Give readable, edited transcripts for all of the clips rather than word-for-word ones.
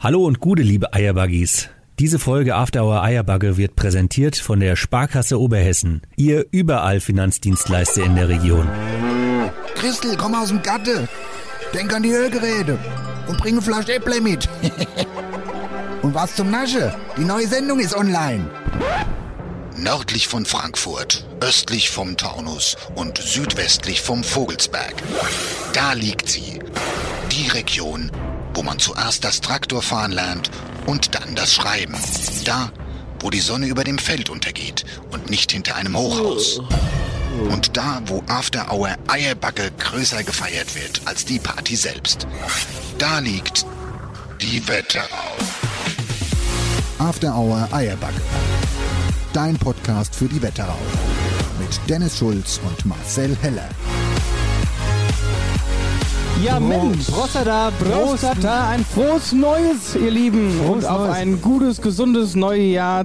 Hallo und gute, liebe Eierbuggies. Diese Folge After Hour Eierbugge wird präsentiert von der Sparkasse Oberhessen. Ihr überall Finanzdienstleister in der Region. Christel, komm aus dem Gatte. Denk an die Hörgeräte und bring eine Flasche Äpple mit. Und was zum Nasche? Die neue Sendung ist online. Nördlich von Frankfurt, östlich vom Taunus und südwestlich vom Vogelsberg. Da liegt sie. Die Region, wo man zuerst das Traktorfahren lernt und dann das Schreiben. Da, wo die Sonne über dem Feld untergeht und nicht hinter einem Hochhaus. Und da, wo After Hour Eierbugge größer gefeiert wird als die Party selbst. Da liegt die Wetterau. After Hour Eierbugge. Dein Podcast für die Wetterau. Mit Dennis Schulz und Marcel Heller. Ja Mensch, Prostata, ein frohes Neues, ihr Lieben. Und auf ein gutes, gesundes neues Jahr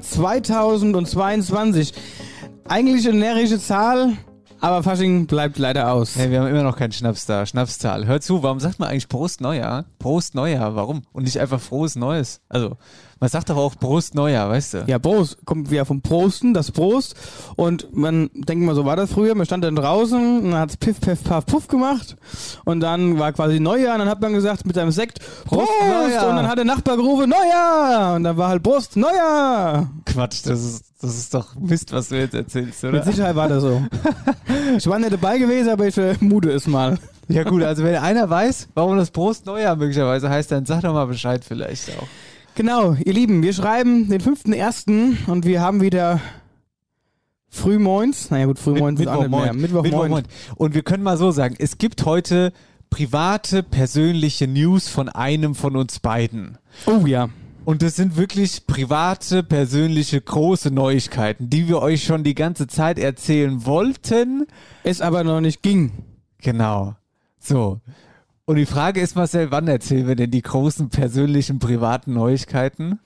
2022. Eigentlich eine närrische Zahl, aber Fasching bleibt leider aus. Hey, wir haben immer noch keinen Schnaps da, Schnapszahl. Hör zu, warum sagt man eigentlich Prost Neujahr? Prost Neujahr, warum? Und nicht einfach frohes Neues? Also, man sagt doch auch Prost Neujahr, weißt du? Ja, Prost, kommt wieder vom Prosten, das Prost. Und man denkt mal, so war das früher, man stand dann draußen und dann hat's Piff, Paff, Paff, Puff gemacht. Und dann war quasi Neujahr und dann hat man gesagt mit seinem Sekt, Prost! Neujahr. Und dann hat der Nachbar gerufen, Neujahr! Und dann war halt Prost, Neujahr! Quatsch, das ist doch Mist, was du jetzt erzählst, oder? Mit Sicherheit war das so. Ich war nicht dabei gewesen, aber ich vermute es mal. Ja gut, also wenn einer weiß, warum das Prost Neujahr möglicherweise heißt, dann sag doch mal Bescheid vielleicht auch. Genau, ihr Lieben, wir schreiben den 5.1. und wir haben wieder Frühmoins. Naja gut, Frühmoins ist auch nicht mehr. Mittwochmoin. Und wir können mal so sagen, es gibt heute private, persönliche News von einem von uns beiden. Oh ja. Und das sind wirklich private, persönliche, große Neuigkeiten, die wir euch schon die ganze Zeit erzählen wollten. Es aber noch nicht ging. Genau. So. Und die Frage ist, Marcel, wann erzählen wir denn die großen, persönlichen, privaten Neuigkeiten?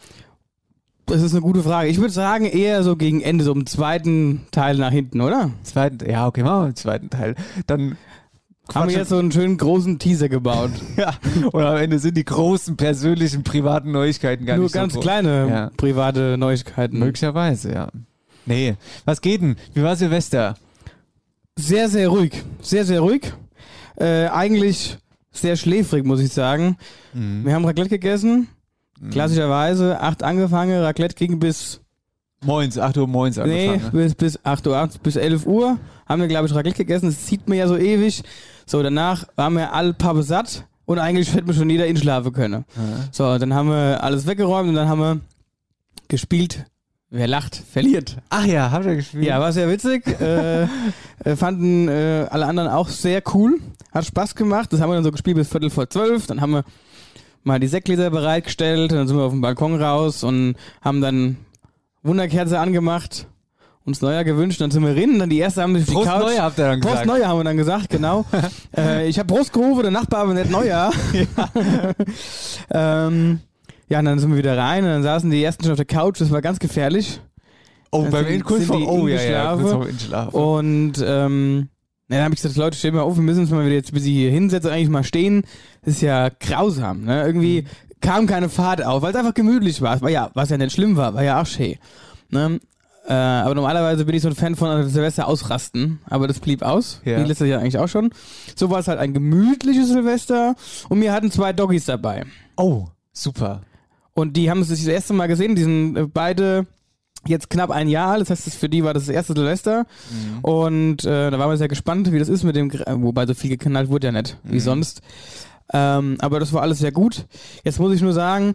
Das ist eine gute Frage. Ich würde sagen, eher so gegen Ende, so im zweiten Teil nach hinten, oder? Ja, okay, machen wir den zweiten Teil. Dann haben wir jetzt so einen schönen großen Teaser gebaut. Ja, und am Ende sind die großen, persönlichen, privaten Neuigkeiten gar nur nicht so ganz kleine private Neuigkeiten. Möglicherweise, ja. Nee, was geht denn? Wie war Silvester? Sehr, sehr ruhig. Sehr, sehr ruhig. Eigentlich sehr schläfrig, muss ich sagen. Mhm. Wir haben Raclette gegessen. Klassischerweise 8 angefangen. Raclette ging bis... Moins, 8 Uhr moins angefangen. Nee, bis 8 Uhr, bis 11 Uhr haben wir, glaube ich, Raclette gegessen. Das zieht mir ja so ewig. So, danach waren wir alle Pappe satt und eigentlich hätte mir schon jeder inschlafen können. Mhm. So, dann haben wir alles weggeräumt und dann haben wir gespielt. Wer lacht, verliert. Ach ja, habt ihr gespielt? Ja, war sehr witzig. Fanden alle anderen auch sehr cool. Hat Spaß gemacht. Das haben wir dann so gespielt bis 11:45. Dann haben wir mal die Sektgläser bereitgestellt. Dann sind wir auf dem Balkon raus und haben dann Wunderkerze angemacht. Uns Neujahr gewünscht. Dann sind wir rein. Dann die erste haben sich auf die Couch... Prost Neujahr habt ihr dann gesagt. Prost Neujahr haben wir dann gesagt, genau. Ich habe Prost gerufen, der Nachbar aber nicht Neujahr. Ja, und dann sind wir wieder rein und dann saßen die ersten schon auf der Couch, das war ganz gefährlich. Oh, beim Inschlafen. Und dann habe ich gesagt, Leute, steht mal auf, wir müssen uns mal wieder jetzt bis hier hinsetzen und eigentlich mal stehen. Das ist ja grausam, ne? Irgendwie kam keine Fahrt auf, weil es einfach gemütlich war. Was ja nicht schlimm war ja auch schön. Ne? Aber normalerweise bin ich so ein Fan von Silvester ausrasten, aber das blieb aus. Ja. Wie letztes Jahr eigentlich auch schon. So war es halt ein gemütliches Silvester und wir hatten 2 Doggies dabei. Oh, super. Und die haben es sich das erste Mal gesehen, die sind beide jetzt knapp ein Jahr alt, das heißt, für die war das erste Silvester. Mhm. Und da waren wir sehr gespannt, wie das ist mit dem, wobei so viel geknallt wurde ja nicht, wie sonst. Aber das war alles sehr gut. Jetzt muss ich nur sagen,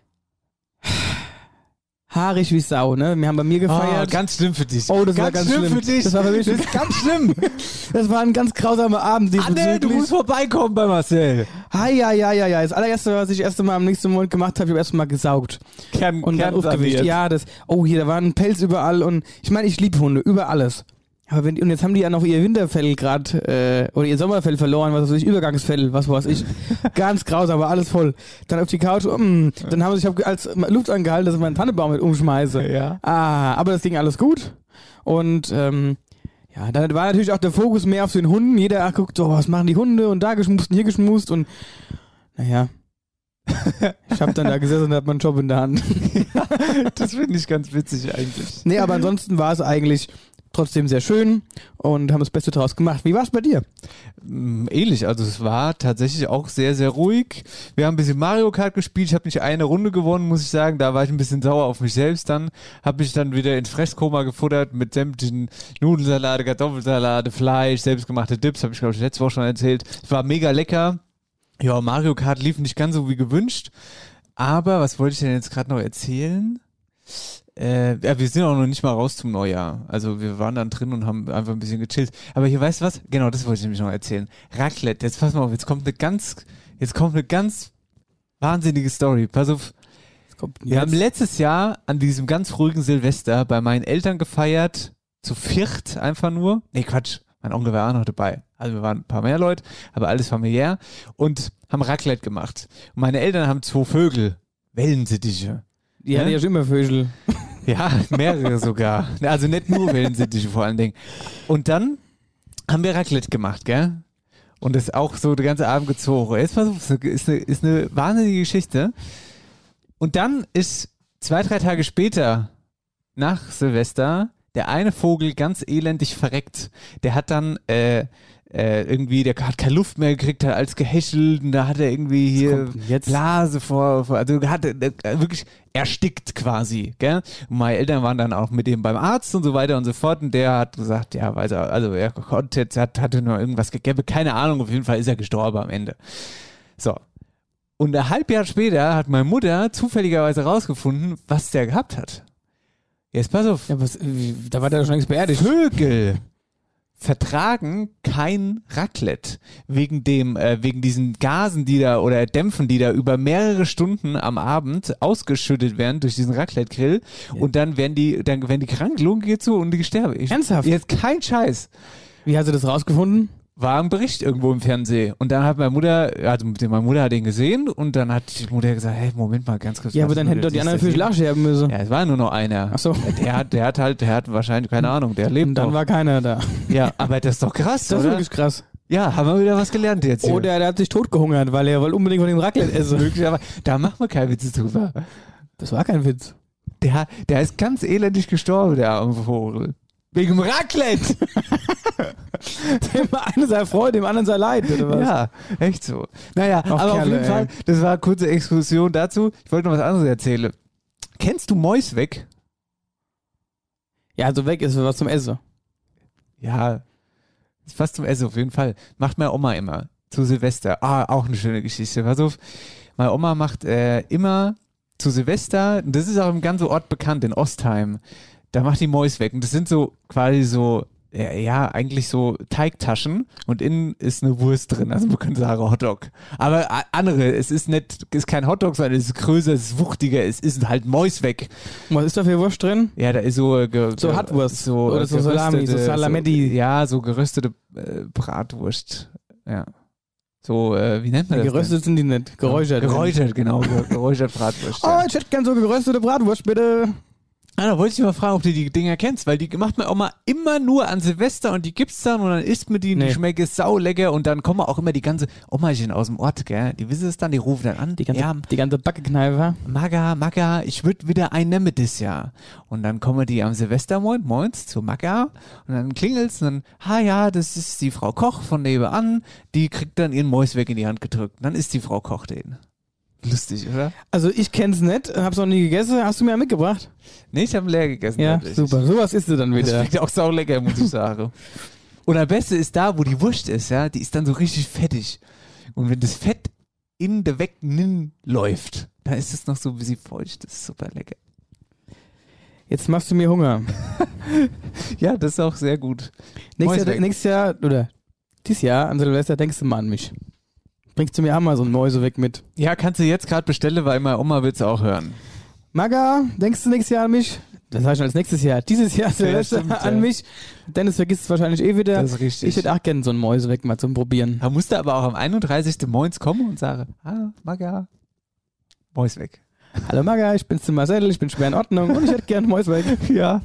haarig wie Sau, ne? Wir haben bei mir gefeiert. Oh, ganz schlimm für dich. Oh, das war ganz schlimm für dich. Das war für mich das ist ganz schlimm. Das war ein ganz grausamer Abend. Nee, du musst vorbeikommen bei Marcel. Ja. Das allererste, was ich erste Mal am nächsten Monat gemacht habe, ich habe erstmal gesaugt. Und dann aufgewischt. Ja, da war ein Pelz überall und ich meine, ich liebe Hunde, über alles. Aber und jetzt haben die ja noch ihr Winterfell gerade, oder ihr Sommerfell verloren, was weiß ich, Übergangsfell, was weiß ich. Ganz grausam, aber alles voll. Dann auf die Couch, dann haben sie sich als Luft angehalten, dass ich meinen Tannenbaum mit umschmeiße. Ja. Aber das ging alles gut. Und, dann war natürlich auch der Fokus mehr auf den Hunden. Jeder guckt, was machen die Hunde und da geschmust und hier geschmust und, naja. Ich habe dann da gesessen und hatte meinen Job in der Hand. Das finde ich ganz witzig eigentlich. Nee, aber ansonsten war es eigentlich trotzdem sehr schön und haben das Beste draus gemacht. Wie war es bei dir? Ähnlich, also es war tatsächlich auch sehr, sehr ruhig. Wir haben ein bisschen Mario Kart gespielt, ich habe nicht eine Runde gewonnen, muss ich sagen, da war ich ein bisschen sauer auf mich selbst dann, habe mich dann wieder ins Fresskoma gefuttert mit sämtlichen Nudelsalate, Kartoffelsalate, Fleisch, selbstgemachte Dips, habe ich glaube ich letzte Woche schon erzählt. Es war mega lecker. Ja, Mario Kart lief nicht ganz so wie gewünscht, aber was wollte ich denn jetzt gerade noch erzählen? Ja, wir sind auch noch nicht mal raus zum Neujahr. Also wir waren dann drin und haben einfach ein bisschen gechillt. Aber hier, weißt du was? Genau, das wollte ich nämlich noch erzählen. Raclette, jetzt pass mal auf, jetzt kommt eine ganz wahnsinnige Story. Pass auf. Wir haben letztes Jahr an diesem ganz ruhigen Silvester bei meinen Eltern gefeiert, zu viert einfach nur. Nee, Quatsch, mein Onkel war auch noch dabei. Also wir waren ein paar mehr Leute, aber alles familiär und haben Raclette gemacht. Und meine Eltern haben 2 Vögel, Wellensittiche. Die hatten ja schon immer Vögel. Ja, mehrere sogar. Also nicht nur Wellensittiche vor allen Dingen. Und dann haben wir Raclette gemacht, gell? Und das auch so den ganzen Abend gezogen. Jetzt pass auf, ist eine wahnsinnige Geschichte. Und dann ist 2-3 Tage später, nach Silvester, der eine Vogel ganz elendig verreckt. Der hat dann irgendwie, der hat keine Luft mehr gekriegt, hat alles gehäschelt und da hat er irgendwie hier Blase also hat wirklich erstickt quasi, gell? Und meine Eltern waren dann auch mit ihm beim Arzt und so weiter und so fort und der hat gesagt, ja, er konnte jetzt, hatte nur irgendwas gegeben, keine Ahnung, auf jeden Fall ist er gestorben am Ende. So. Und ein halbes Jahr später hat meine Mutter zufälligerweise rausgefunden, was der gehabt hat. Jetzt pass auf. Ja, da war der schon längst beerdigt. Vögel vertragen kein Raclette wegen diesen Gasen, die da oder Dämpfen, die da über mehrere Stunden am Abend ausgeschüttet werden durch diesen Raclette-Grill und dann werden die krank, Lunge geht zu und die sterben. Ernsthaft? Jetzt kein Scheiß. Wie hast du das rausgefunden? War ein Bericht irgendwo im Fernsehen. Und dann hat meine Mutter hat den gesehen und dann hat die Mutter gesagt, hey, Moment mal, ganz kurz. Ja, aber dann hätten doch die anderen Vögel absterben müssen. Ja, es war nur noch einer. Ach so. Der hat wahrscheinlich, keine Ahnung, der lebt und dann noch. war keiner da. Ja, aber das ist doch krass, Das ist oder? wirklich krass. Ja, haben wir wieder was gelernt jetzt hier. Oder der hat sich totgehungert, weil er wollte unbedingt von dem Raclette essen. Wirklich, aber da machen wir keine Witze drüber. Das war kein Witz. Der ist ganz elendig gestorben, der arme Vogel. Wegen dem Raclette! Dem einen sei Freude, dem anderen sei Leid, oder was? Ja, echt so. Naja, Ach, aber Kerle, auf jeden Fall, das war eine kurze Exkursion dazu. Ich wollte noch was anderes erzählen. Kennst du Mäusweg? Ja, also weg ist was zum Essen. Ja, ist fast zum Essen auf jeden Fall. Macht meine Oma immer zu Silvester. Auch eine schöne Geschichte. Pass auf, meine Oma macht immer zu Silvester, das ist auch im ganzen Ort bekannt, in Ostheim, da macht die Mäusweg. Und das sind so quasi so, ja, eigentlich so Teigtaschen und innen ist eine Wurst drin. Also man könnte sagen Hotdog. Aber andere, es ist kein Hotdog, sondern es ist größer, es ist wuchtiger, es ist halt Mäusweg. Und was ist da für Wurst drin? Ja, da ist so Hartwurst oder so Salami, so Salametti. So geröstete Bratwurst. Ja. So, wie nennt man das? Geröstet sind die nicht, geräuchert. Geräuchert, genau. Geräuchert Bratwurst. Oh, ich hätte gern so geröstete Bratwurst, bitte. Da wollte ich dich mal fragen, ob du die Dinger kennst, weil die macht man auch mal immer nur an Silvester und die gibt's dann und dann isst man die und die schmecken sau lecker und dann kommen auch immer die ganze Omachen aus dem Ort, gell? Die wissen es dann, die rufen dann an. Die ganze Backekneipe. Maga, ich würde wieder einen nehmen das Jahr. Und dann kommen die am Silvestermorgens zu Maga und dann klingelt's und dann, ja, das ist die Frau Koch von nebenan, die kriegt dann ihren Mäusweg in die Hand gedrückt. Und dann isst die Frau Koch den. Lustig, oder? Also ich kenn's nicht, hab's noch nie gegessen. Hast du mir mitgebracht? Nee, ich habe leer gegessen. Ja, super. Sowas isst du dann wieder. Das schmeckt auch sau lecker, muss ich sagen. Und am besten ist da, wo die Wurst ist, ja, die ist dann so richtig fettig. Und wenn das Fett in der Weg läuft, dann ist es noch so ein bisschen feucht. Das ist super lecker. Jetzt machst du mir Hunger. Ja, das ist auch sehr gut. Nächstes Jahr, oder dieses Jahr an Silvester denkst du mal an mich. Bringst du mir auch mal so ein Mäuseweg mit? Ja, kannst du jetzt gerade bestellen, weil meine Oma will es auch hören. Maga, denkst du nächstes Jahr an mich? Das heißt schon als nächstes Jahr. Dieses Jahr Silvester an mich. Dennis vergisst es wahrscheinlich eh wieder. Das ist richtig. Ich hätte auch gerne so ein Mäuseweg mal zum Probieren. Da musst du aber auch am 31. Moins kommen und sagen, Maga, Mäusweg. Hallo Maga, ich bin's Marcel, ich bin schwer in Ordnung und ich hätte gern Mäusweg. Ja.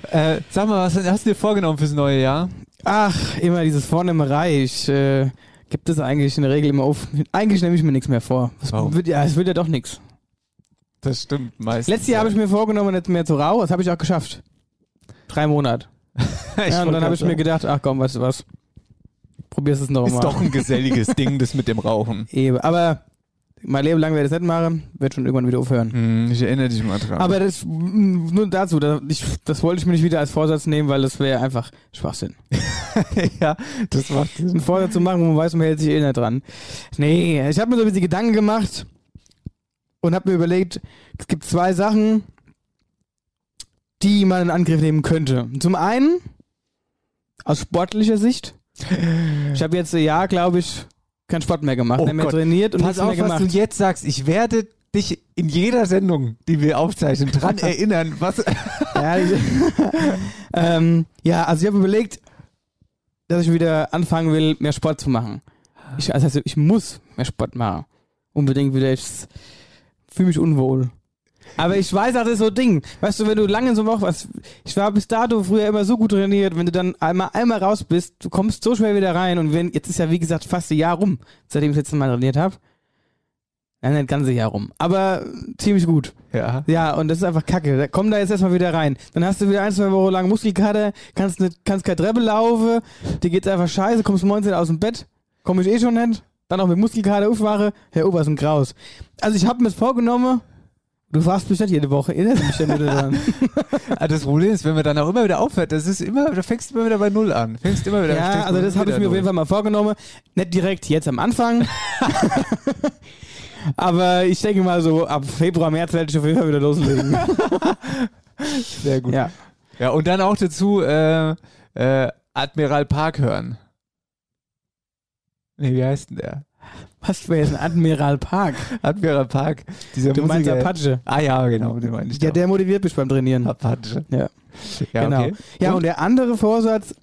Sag mal, was hast du dir vorgenommen fürs neue Jahr? Ach, immer dieses Vornehmerei. Ich gibt es eigentlich in der Regel immer auf. Eigentlich nehme ich mir nichts mehr vor. Es wird ja doch nichts. Das stimmt meistens. Letztes Jahr habe ich mir vorgenommen, nicht mehr zu rauchen. Das habe ich auch geschafft. 3 Monate. Und dann habe ich mir gedacht, ach komm, weißt du was? Probier's es noch mal. Ist doch ein geselliges Ding, das mit dem Rauchen. Eben. Aber mein Leben lang werde ich das nicht machen. Werde schon irgendwann wieder aufhören. Ich erinnere dich mal dran. Aber das nur dazu. Das wollte ich mir nicht wieder als Vorsatz nehmen, weil das wäre einfach Schwachsinn. Ja, das macht Sinn. Einen Vorsatz zu machen, wo man weiß, man hält sich eh nicht dran. Nee, ich habe mir so ein bisschen Gedanken gemacht und habe mir überlegt, es gibt 2 Sachen, die man in Angriff nehmen könnte. Zum einen, aus sportlicher Sicht. Ich habe jetzt ein Jahr, glaube ich, keinen Sport mehr gemacht, nicht mehr trainiert und nichts mehr gemacht. Was du jetzt sagst, ich werde dich in jeder Sendung, die wir aufzeichnen, dran erinnern, was... Also ich habe überlegt, dass ich wieder anfangen will, mehr Sport zu machen. Ich muss mehr Sport machen. Unbedingt wieder. Ich fühle mich unwohl. Aber ich weiß, das ist so ein Ding. Weißt du, wenn du lange so machst, ich war bis dato früher immer so gut trainiert, wenn du dann einmal raus bist, du kommst so schwer wieder rein und jetzt ist ja wie gesagt fast ein Jahr rum, seitdem ich das letzte Mal trainiert habe. Ja, nicht das ganze Jahr rum. Aber ziemlich gut. Ja. Ja, und das ist einfach kacke. Komm da jetzt erstmal wieder rein. Dann hast du wieder 1-2 Wochen lang Muskelkater, kannst keine Treppe laufen, dir geht's einfach scheiße, kommst 19 aus dem Bett, komm ich eh schon nicht, dann auch mit Muskelkater aufwache, Herr Obers und Graus. Also ich habe mir das vorgenommen, du fragst mich nicht jede Woche, erinnerst mich ja wieder dran. Das Problem ist, wenn man dann auch immer wieder aufhört, da fängst du immer wieder bei Null an. Ja, also das habe ich mir auf jeden Fall mal vorgenommen. Nicht direkt jetzt am Anfang. Aber ich denke mal so, ab Februar, März werde ich auf jeden Fall wieder loslegen. Sehr gut. Ja. Ja, und dann auch dazu Admiral Park hören. Nee, wie heißt denn der? Was wäre jetzt ein Admiral Park? Admiral Park. Dieser Du meinst Apache? Ah ja, genau, den meine ich. Ja, der motiviert mich beim Trainieren. Apache. Ja, Ja, genau. okay. Ja, und der andere Vorsatz,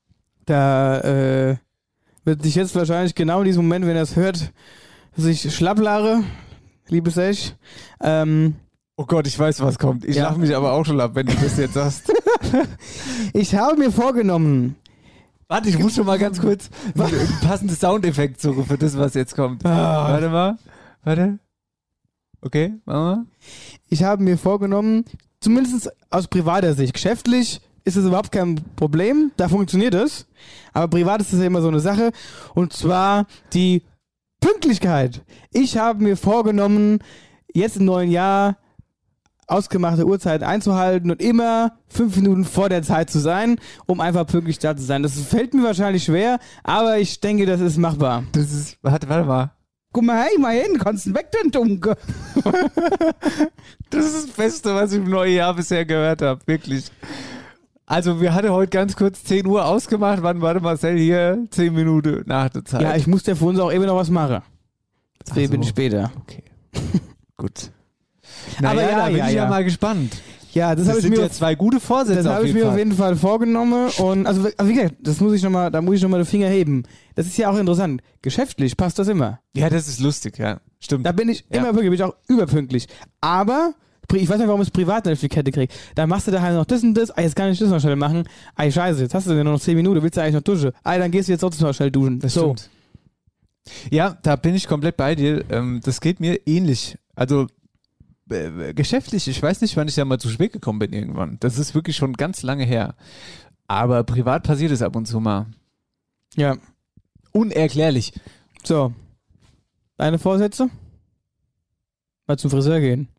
da wird sich jetzt wahrscheinlich genau in diesem Moment, wenn er es hört, sich schlapplare, liebes Sech. Oh Gott, ich weiß, was kommt. Ich lache mich aber auch schon ab, wenn du das jetzt sagst. Ich habe mir vorgenommen. Warte, ich muss schon mal ganz kurz einen passenden Soundeffekt suchen für das, was jetzt kommt. Warte mal. Warte. Okay, machen wir. Ich habe mir vorgenommen, zumindest aus privater Sicht, geschäftlich ist es überhaupt kein Problem, da funktioniert es, aber privat ist das ja immer so eine Sache, und zwar die Pünktlichkeit. Ich habe mir vorgenommen, jetzt im neuen Jahr ausgemachte Uhrzeit einzuhalten und immer 5 Minuten vor der Zeit zu sein, um einfach pünktlich da zu sein. Das fällt mir wahrscheinlich schwer, aber ich denke, das ist machbar. Das ist, warte mal. Guck mal, hey, mal hin, kannst du weg, den Dunkel. Das ist das Beste, was ich im neuen Jahr bisher gehört habe, wirklich. Also wir hatten heute ganz kurz 10 Uhr ausgemacht. Wann war Marcel hier? 10 Minuten nach der Zeit. Ja, ich musste ja für uns auch eben noch was machen. Deswegen bin ich später. Okay. Gut. Aber naja, ja, da bin ich ja mal gespannt. Ja, das habe ich sind mir ja 2 gute Vorsätze. Das habe ich mir auf jeden Fall vorgenommen. Und also wie gesagt, da muss ich noch mal den Finger heben. Das ist ja auch interessant. Geschäftlich passt das immer. Ja, das ist lustig, ja. Stimmt. Da bin ich immer pünktlich, bin ich auch überpünktlich. Aber ich weiß nicht, warum ich es privat nicht auf die Kette kriege. Da machst du daheim noch das und das. Jetzt kann ich das noch schnell machen. Scheiße, jetzt hast du ja nur noch 10 Minuten. Willst du eigentlich noch duschen? Dann gehst du jetzt trotzdem noch schnell duschen. Das stimmt. Ja, da bin ich komplett bei dir. Das geht mir ähnlich. Also geschäftlich, ich weiß nicht, wann ich da mal zu spät gekommen bin irgendwann. Das ist wirklich schon ganz lange her. Aber privat passiert es ab und zu mal. Ja. Unerklärlich. So. Deine Vorsätze? Mal zum Friseur gehen.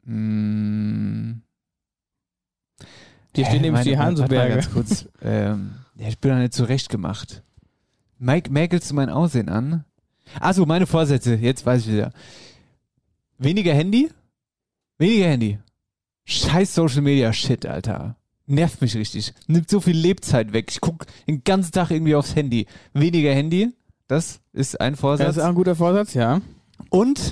Hier stehen nämlich die Hanseberge. Ganz kurz. Ich bin da nicht zurechtgemacht. Mäkelst du mein Aussehen an? Achso, meine Vorsätze. Jetzt weiß ich wieder. Weniger Handy. Scheiß Social Media Shit, Alter. Nervt mich richtig. Nimmt so viel Lebzeit weg. Ich guck den ganzen Tag irgendwie aufs Handy. Weniger Handy. Das ist ein Vorsatz. Das ist auch ein guter Vorsatz, ja. Und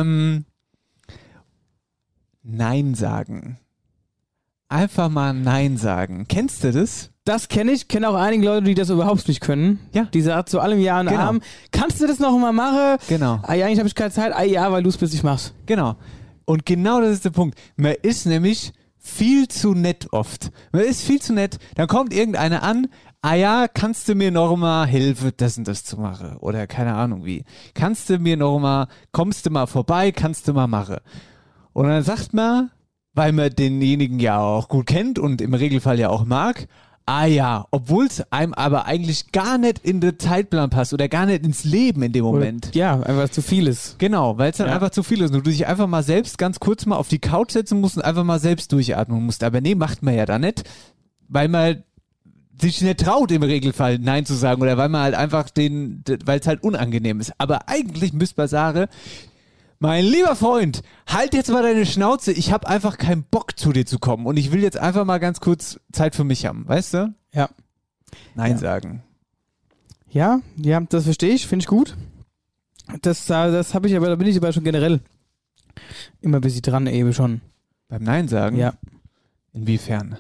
Nein sagen. Einfach mal Nein sagen. Kennst du das? Das kenne ich. Kenne auch einige Leute, die das überhaupt nicht können. Ja. Diese Art zu allem Ja und Arm. Kannst du das noch mal machen? Genau. Eigentlich habe ich keine Zeit. Ja, weil du es plötzlich machst. Genau. Und genau das ist der Punkt. Man ist nämlich viel zu nett oft. Man ist viel zu nett. Dann kommt irgendeiner an. ah ja, kannst du mir noch mal helfen, das und das zu machen? Oder keine Ahnung wie. Kannst du mir noch mal, kommst du mal vorbei, kannst du mal machen? Und dann sagt man, weil man denjenigen ja auch gut kennt und im Regelfall ja auch mag, ah ja, obwohl es einem aber eigentlich gar nicht in den Zeitplan passt oder gar nicht ins Leben in dem Moment. Ja, einfach zu viel ist. Genau, weil es dann einfach zu viel ist und du dich einfach mal selbst ganz kurz mal auf die Couch setzen musst und einfach mal selbst durchatmen musst. Aber nee, macht man ja da nicht, weil man sich nicht traut im Regelfall Nein zu sagen oder weil man halt einfach weil es halt unangenehm ist. Aber eigentlich müsste man sagen, mein lieber Freund, halt jetzt mal deine Schnauze, ich habe einfach keinen Bock zu dir zu kommen und ich will jetzt einfach mal ganz kurz Zeit für mich haben, weißt du? Ja. Nein sagen. Ja, das verstehe ich, finde ich gut. Das habe ich aber, da bin ich aber schon generell immer ein bisschen dran, eben schon. Beim Nein sagen? Ja. Inwiefern?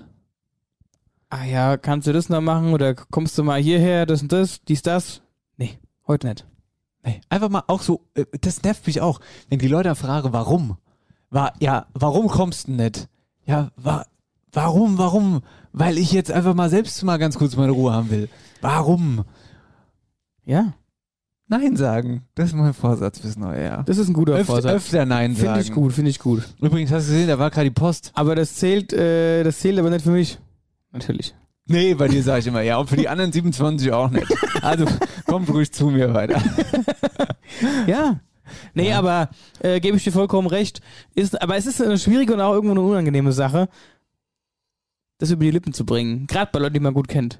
Ah ja, kannst du das noch machen oder kommst du mal hierher, das und das, dies, das? Nee, heute nicht. Nee, einfach mal auch so, das nervt mich auch, wenn die Leute fragen, warum? Warum kommst du nicht? Ja, warum? Weil ich jetzt einfach mal selbst mal ganz kurz meine Ruhe haben will. Warum? Ja. Nein sagen. Das ist mein Vorsatz fürs neue Jahr. Das ist ein guter Vorsatz. Öfter Nein sagen. Finde ich gut. Übrigens, hast du gesehen, da war gerade die Post. Aber das zählt aber nicht für mich. Natürlich. Nee, bei dir sage ich immer ja. Und für die anderen 27 auch nicht. Also, kommt ruhig zu mir weiter. Ja. Nee, Ja. aber gebe ich dir vollkommen recht. Aber es ist eine schwierige und auch irgendwo eine unangenehme Sache, das über die Lippen zu bringen. Gerade bei Leuten, die man gut kennt.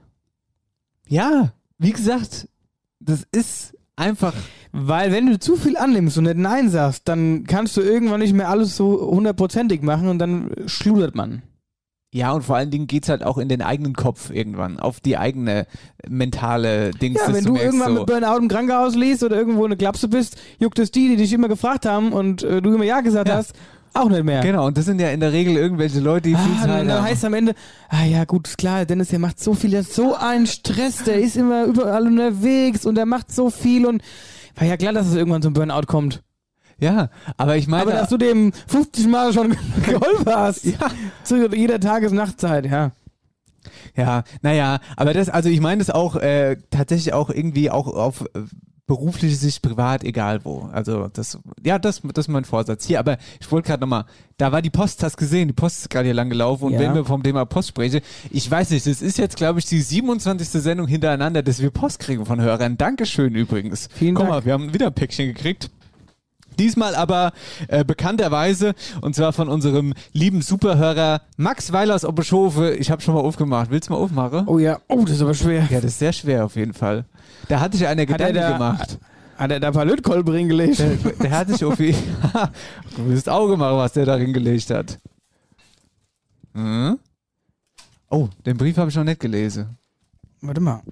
Ja, wie gesagt, das ist einfach. Weil wenn du zu viel annimmst und nicht Nein sagst, dann kannst du irgendwann nicht mehr alles so 100%ig machen und dann schludert man. Ja, und vor allen Dingen geht's halt auch in den eigenen Kopf irgendwann, auf die eigene mentale Dings. Ja, dass wenn du merkst, irgendwann so, mit Burnout im Krankenhaus liest oder irgendwo eine Klapse bist, juckt es die dich immer gefragt haben und du immer Ja gesagt hast, auch nicht mehr. Genau, und das sind ja in der Regel irgendwelche Leute, die viel Zeit dann haben. heißt es am Ende, ja gut, ist klar, Dennis, der macht so viel, der hat so einen Stress, der ist immer überall unterwegs und der macht so viel und war ja klar, dass es irgendwann zum Burnout kommt. Ja, aber ich meine. Aber dass du dem 50 Mal schon geholfen hast. Ja. Zu jeder Tages-Nachtzeit, ja. Ja, naja, aber also ich meine das auch tatsächlich auch irgendwie auch auf berufliche Sicht, privat, egal wo. Also das ist mein Vorsatz. Hier, aber ich wollte gerade nochmal, da war die Post, hast gesehen, die Post ist gerade hier lang gelaufen und wenn wir vom Thema Post sprechen, ich weiß nicht, das ist jetzt, glaube ich, die 27. Sendung hintereinander, dass wir Post kriegen von Hörern. Dankeschön übrigens. Vielen Dank. Guck mal, wir haben wieder ein Päckchen gekriegt. Diesmal aber bekannterweise, und zwar von unserem lieben Superhörer Max Weiler aus Oppeschofe. Ich habe schon mal aufgemacht. Willst du mal aufmachen? Oh ja, das ist aber schwer. Ja, das ist sehr schwer auf jeden Fall. Da hat sich einer Gedanken gemacht. Hat er da ein paar Lötkolben reingelegt? Der hat sich auf jeden Fall... Du willst Auge machen, was der da reingelegt hat. Hm? Oh, den Brief habe ich noch nicht gelesen. Warte mal.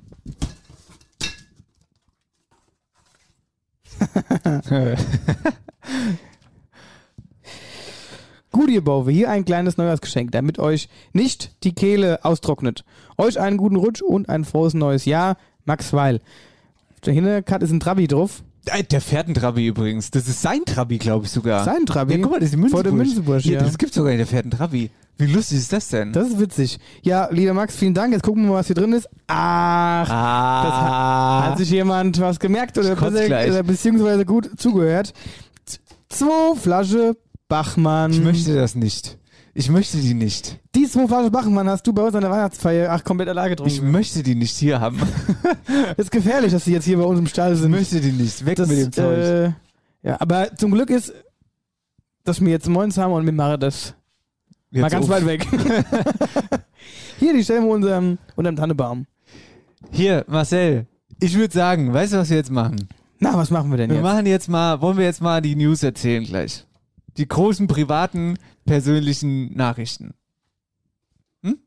Gut, ihr Bauwe, hier ein kleines Neujahrsgeschenk, damit euch nicht die Kehle austrocknet. Euch einen guten Rutsch und ein frohes neues Jahr. Max Weil. Auf der Hinterkarte ist ein Trabi drauf. Der fährt ein Trabi übrigens. Das ist sein Trabi, glaube ich sogar. Sein Trabi? Ja, guck mal, das ist die Münzenburg. Vor der Münzenburg, ja. ja. Das gibt's sogar nicht, der fährt ein Trabi. Wie lustig ist das denn? Das ist witzig. Ja, lieber Max, vielen Dank. Jetzt gucken wir mal, was hier drin ist. Das hat sich jemand was gemerkt oder beziehungsweise gut zugehört. 2 Flasche Bachmann. Ich möchte das nicht. Ich möchte die nicht. Die 2 Flaschen Bachmann hast du bei uns an der Weihnachtsfeier komplett alleine getrunken. Ich möchte die nicht hier haben. Das ist gefährlich, dass die jetzt hier bei uns im Stall sind. Ich möchte die nicht. Weg mit dem Zeug. Ja, aber zum Glück ist, dass wir jetzt Moins haben und wir machen das jetzt mal ganz weit weg. Hier, die stellen wir unterm Tannebaum. Hier, Marcel, ich würde sagen, weißt du, was wir jetzt machen? Na, was machen wir denn jetzt? Wollen wir jetzt mal die News erzählen gleich? Die großen, privaten, persönlichen Nachrichten. Hm?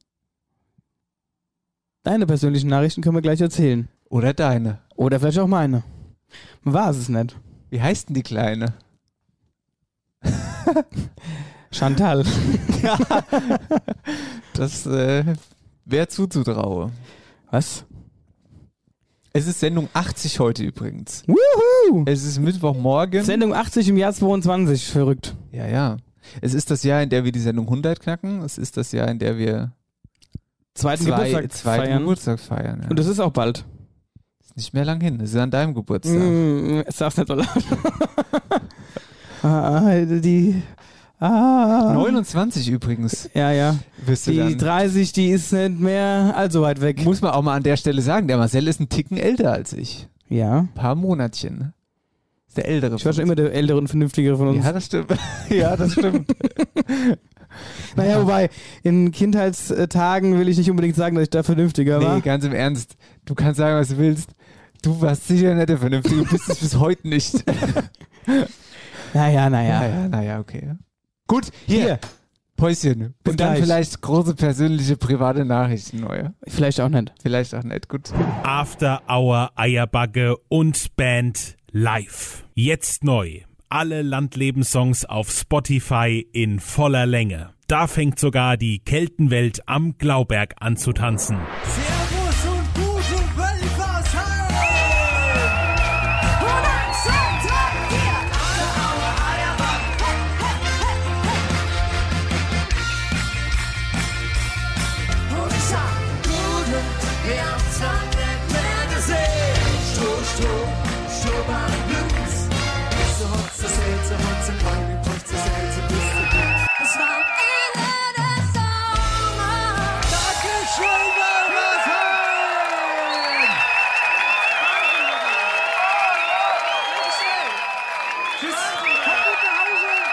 Deine persönlichen Nachrichten können wir gleich erzählen. Oder deine. Oder vielleicht auch meine. Man weiß es nicht. Wie heißt denn die Kleine? Chantal. Ja. Das wäre zuzutrauen. Was? Es ist Sendung 80 heute übrigens. Wuhu! Es ist Mittwochmorgen. Sendung 80 im Jahr 22. Verrückt. Ja. Es ist das Jahr, in der wir die Sendung 100 knacken. Es ist das Jahr, in der wir zweiten Geburtstag feiern. Geburtstag feiern. Ja. Und das ist auch bald. Ist nicht mehr lang hin. Das ist an deinem Geburtstag. Sag's nicht so laut. 29 übrigens. Ja. Wirst du Die dann. 30, die ist nicht mehr allzu weit weg. Muss man auch mal an der Stelle sagen, der Marcel ist ein Ticken älter als ich. Ja. Ein paar Monatchen. Ne? Ist der Ältere. Ich war schon immer der ältere und vernünftigere von uns. Ja, das stimmt. Ja, das stimmt. Naja, wobei, in Kindheitstagen will ich nicht unbedingt sagen, dass ich da vernünftiger war. Nee, ganz im Ernst. Du kannst sagen, was du willst. Du warst sicher nicht der Vernünftige. Du bist es bis heute nicht. Naja. Okay. Gut, hier. Päuschen. Bis Und dann gleich. vielleicht große persönliche private Nachrichten neue. Vielleicht auch nicht. Vielleicht auch nicht. Gut. After Hour Eierbagge und Band live. Jetzt neu. Alle Landlebenssongs auf Spotify in voller Länge. Da fängt sogar die Keltenwelt am Glauberg an zu tanzen. Servus und gute Wölfersheim! Und am Sonntag hier alle Aue Eierback! Und ich sag, gute, wir haben's lang nicht mehr gesehen. Stroh, beim Blues. Hotze, Selze, Hotze, Kleine, Hotze, Selze, Büste, es war am Ende des Sommers. Dankeschön, Wölfersheim! Tschüss, kommt gut nach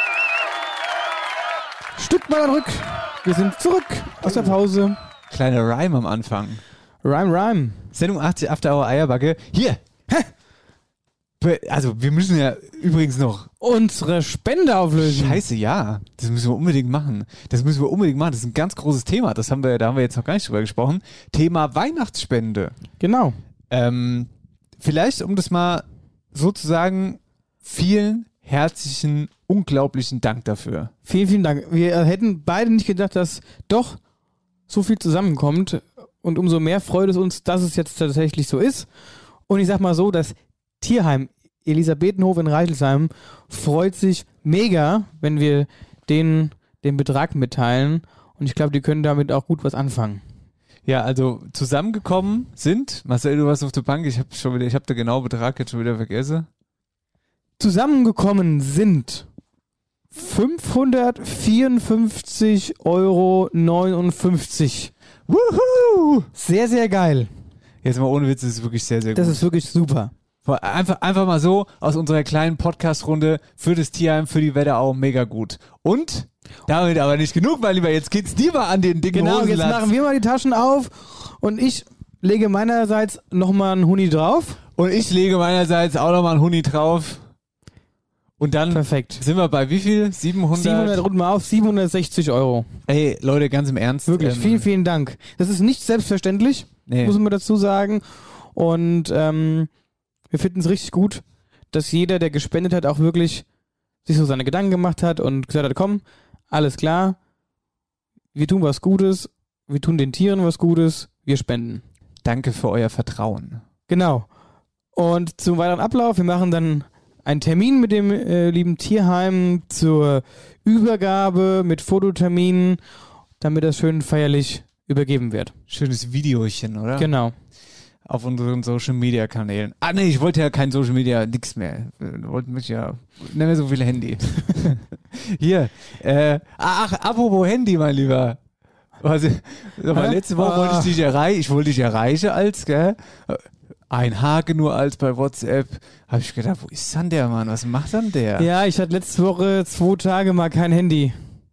Hause. Stück mal zurück. Wir sind zurück aus der Pause. Kleiner Rhyme am Anfang. Rhyme. Sendung 80 After Hour Eierbacke. Hier. Also, wir müssen ja übrigens noch. Unsere Spende auflösen. Scheiße, ja. Das müssen wir unbedingt machen. Das ist ein ganz großes Thema. Da haben wir jetzt noch gar nicht drüber gesprochen. Thema Weihnachtsspende. Genau. Vielleicht, um das mal so zu sagen, vielen herzlichen, unglaublichen Dank dafür. Vielen, vielen Dank. Wir hätten beide nicht gedacht, dass doch so viel zusammenkommt. Und umso mehr freut es uns, dass es jetzt tatsächlich so ist. Und ich sag mal so, das Tierheim Elisabethenhof in Reichelsheim freut sich mega, wenn wir denen den Betrag mitteilen. Und ich glaube, die können damit auch gut was anfangen. Ja, also zusammengekommen sind, Marcel, du warst auf der Bank, ich habe den genauen Betrag jetzt schon wieder vergessen. Zusammengekommen sind 554,59 Euro. Wuhu! Sehr, sehr geil. Jetzt mal ohne Witz, das ist wirklich sehr, sehr gut. Das ist wirklich super. Einfach mal so aus unserer kleinen Podcast-Runde für das Tierheim, für die Wetterau mega gut. Und damit aber nicht genug, mein Lieber, jetzt geht's dir mal an den dicken Genau, jetzt Hosenlatz. machen wir mal die Taschen auf und ich lege meinerseits nochmal einen Huni drauf. Und ich lege meinerseits auch nochmal einen Huni drauf. Und dann Perfekt. sind wir bei wie viel? 700? Runden wir auf, 760 Euro. Ey, Leute, ganz im Ernst. Wirklich, vielen, vielen Dank. Das ist nicht selbstverständlich, muss man dazu sagen. Und wir finden es richtig gut, dass jeder, der gespendet hat, auch wirklich sich so seine Gedanken gemacht hat und gesagt hat, komm, alles klar, wir tun was Gutes, wir tun den Tieren was Gutes, wir spenden. Danke für euer Vertrauen. Genau. Und zum weiteren Ablauf, wir machen dann einen Termin mit dem lieben Tierheim zur Übergabe mit Fototerminen, damit das schön feierlich übergeben wird. Schönes Videochen, oder? Genau. Auf unseren Social-Media-Kanälen. Ah, nee, ich wollte ja kein Social-Media, nix mehr. Wollte mich ja, nicht mehr so viel Handy. Hier, apropos Handy, mein Lieber. Letzte Woche wollte ich dich erreichen als, gell? Ein Haken nur als bei WhatsApp. Habe ich gedacht, wo ist dann der Mann? Was macht dann der? Ja, ich hatte letzte Woche 2 Tage mal kein Handy.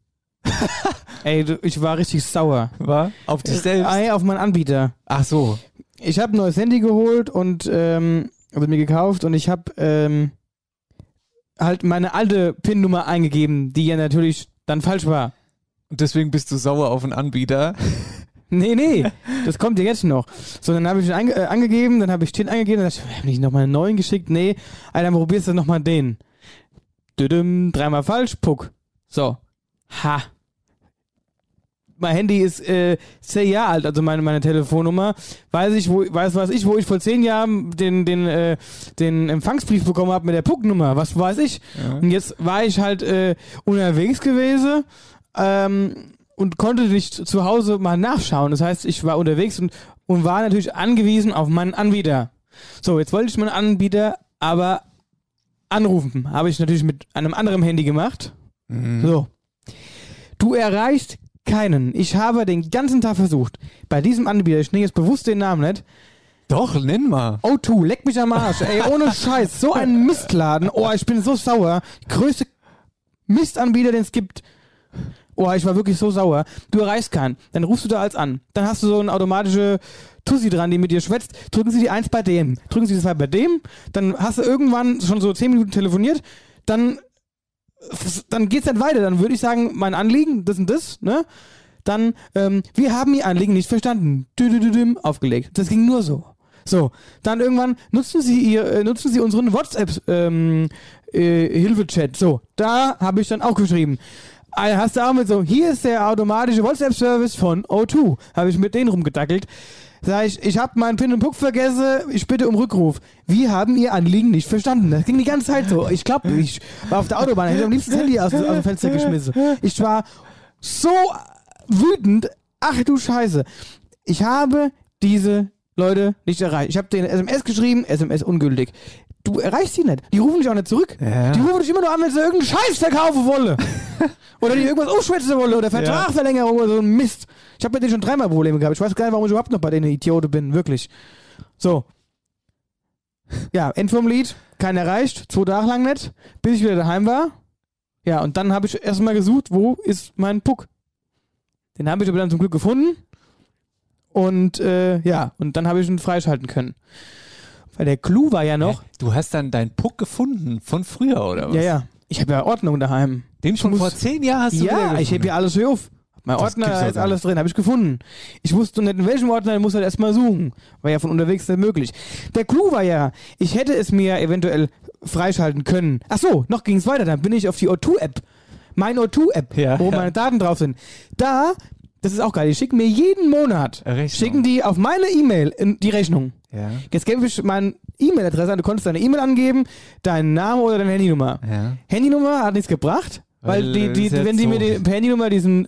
Ey, ich war richtig sauer. War? Auf dich selbst? Auf meinen Anbieter. Ach so. Ich habe ein neues Handy geholt und also mir gekauft und ich habe halt meine alte PIN-Nummer eingegeben, die ja natürlich dann falsch war. Und deswegen bist du sauer auf den Anbieter? Nee, das kommt ja jetzt noch. So, dann habe ich den angegeben, dann habe ich den eingegeben, dann dachte ich, habe ich nochmal einen neuen geschickt? Nee, Alter, dann probierst du nochmal den. Düdüm, 3-mal falsch, puck. So. Ha. Mein Handy ist 10 Jahre alt, also meine Telefonnummer. Weiß ich, wo ich vor 10 Jahren den Empfangsbrief bekommen habe mit der Pucknummer. Was weiß ich. Ja. Und jetzt war ich halt unterwegs gewesen und konnte nicht zu Hause mal nachschauen. Das heißt, ich war unterwegs und war natürlich angewiesen auf meinen Anbieter. So, jetzt wollte ich meinen Anbieter aber anrufen. Habe ich natürlich mit einem anderen Handy gemacht. So. Du erreichst keinen. Ich habe den ganzen Tag versucht. Bei diesem Anbieter, ich nenne jetzt bewusst den Namen nicht. Doch, nenn mal. O2, leck mich am Arsch. Ey, ohne Scheiß. So ein Mistladen. Oh, ich bin so sauer. Größte Mistanbieter, den es gibt. Oh, ich war wirklich so sauer. Du erreichst keinen. Dann rufst du da als an. Dann hast du so eine automatische Tussi dran, die mit dir schwätzt. Drücken Sie die 1 bei dem. Drücken Sie die 2 bei dem. Dann hast du irgendwann schon so 10 Minuten telefoniert. Dann geht's nicht weiter. Dann würde ich sagen, mein Anliegen, das und das, ne? Dann, wir haben Ihr Anliegen nicht verstanden. Aufgelegt. Das ging nur so. So, dann irgendwann nutzen Sie unseren WhatsApp-Hilfe-Chat. So, da habe ich dann auch geschrieben. Hast du auch mit so, hier ist der automatische WhatsApp-Service von O2. Habe ich mit denen rumgedackelt. Sag ich habe meinen Pin und Puck vergessen, ich bitte um Rückruf. Wir haben Ihr Anliegen nicht verstanden. Das ging die ganze Zeit so. Ich glaube, ich war auf der Autobahn, hätte am liebsten das Handy aus dem Fenster geschmissen. Ich war so wütend. Ach du Scheiße. Ich habe diese Leute nicht erreicht. Ich habe denen SMS geschrieben, SMS ungültig. Du erreichst sie nicht. Die rufen dich auch nicht zurück. Ja. Die rufen dich immer nur an, wenn sie irgendeinen Scheiß verkaufen wollen. Oder die irgendwas umschwätzen wollen oder Vertragverlängerung oder so ein Mist. Ich habe mit denen schon 3-mal Probleme gehabt. Ich weiß gar nicht, warum ich überhaupt noch bei denen Idiote bin. Wirklich. So. Ja, End vom Lied. Keinen erreicht. 2 Tage lang nicht. Bis ich wieder daheim war. Ja, und dann habe ich erstmal gesucht, wo ist mein Puck? Den habe ich aber dann zum Glück gefunden. Und und dann habe ich ihn freischalten können. Weil der Clou war ja noch... Du hast dann deinen Puck gefunden von früher, oder was? Ja. Ich habe ja Ordnung daheim. Den schon vor 10 Jahren hast du wieder gefunden? Ja, ich habe ja alles hier auf. Mein Ordner, da ist alles drin, habe ich gefunden. Ich wusste nicht, in welchem Ordner, ich muss halt erstmal suchen. War ja von unterwegs nicht möglich. Der Clou war ja, ich hätte es mir eventuell freischalten können. Ach so, noch ging es weiter. Dann bin ich auf die O2-App. Mein O2-App, wo meine Daten drauf sind. Da, das ist auch geil, die schicken mir jeden Monat, schicken die auf meine E-Mail die Rechnung. Ja. Jetzt gebe ich meine E-Mail-Adresse an, du konntest deine E-Mail angeben, deinen Namen oder deine Handynummer. Ja. Handynummer hat nichts gebracht, weil wenn die mir per Handynummer den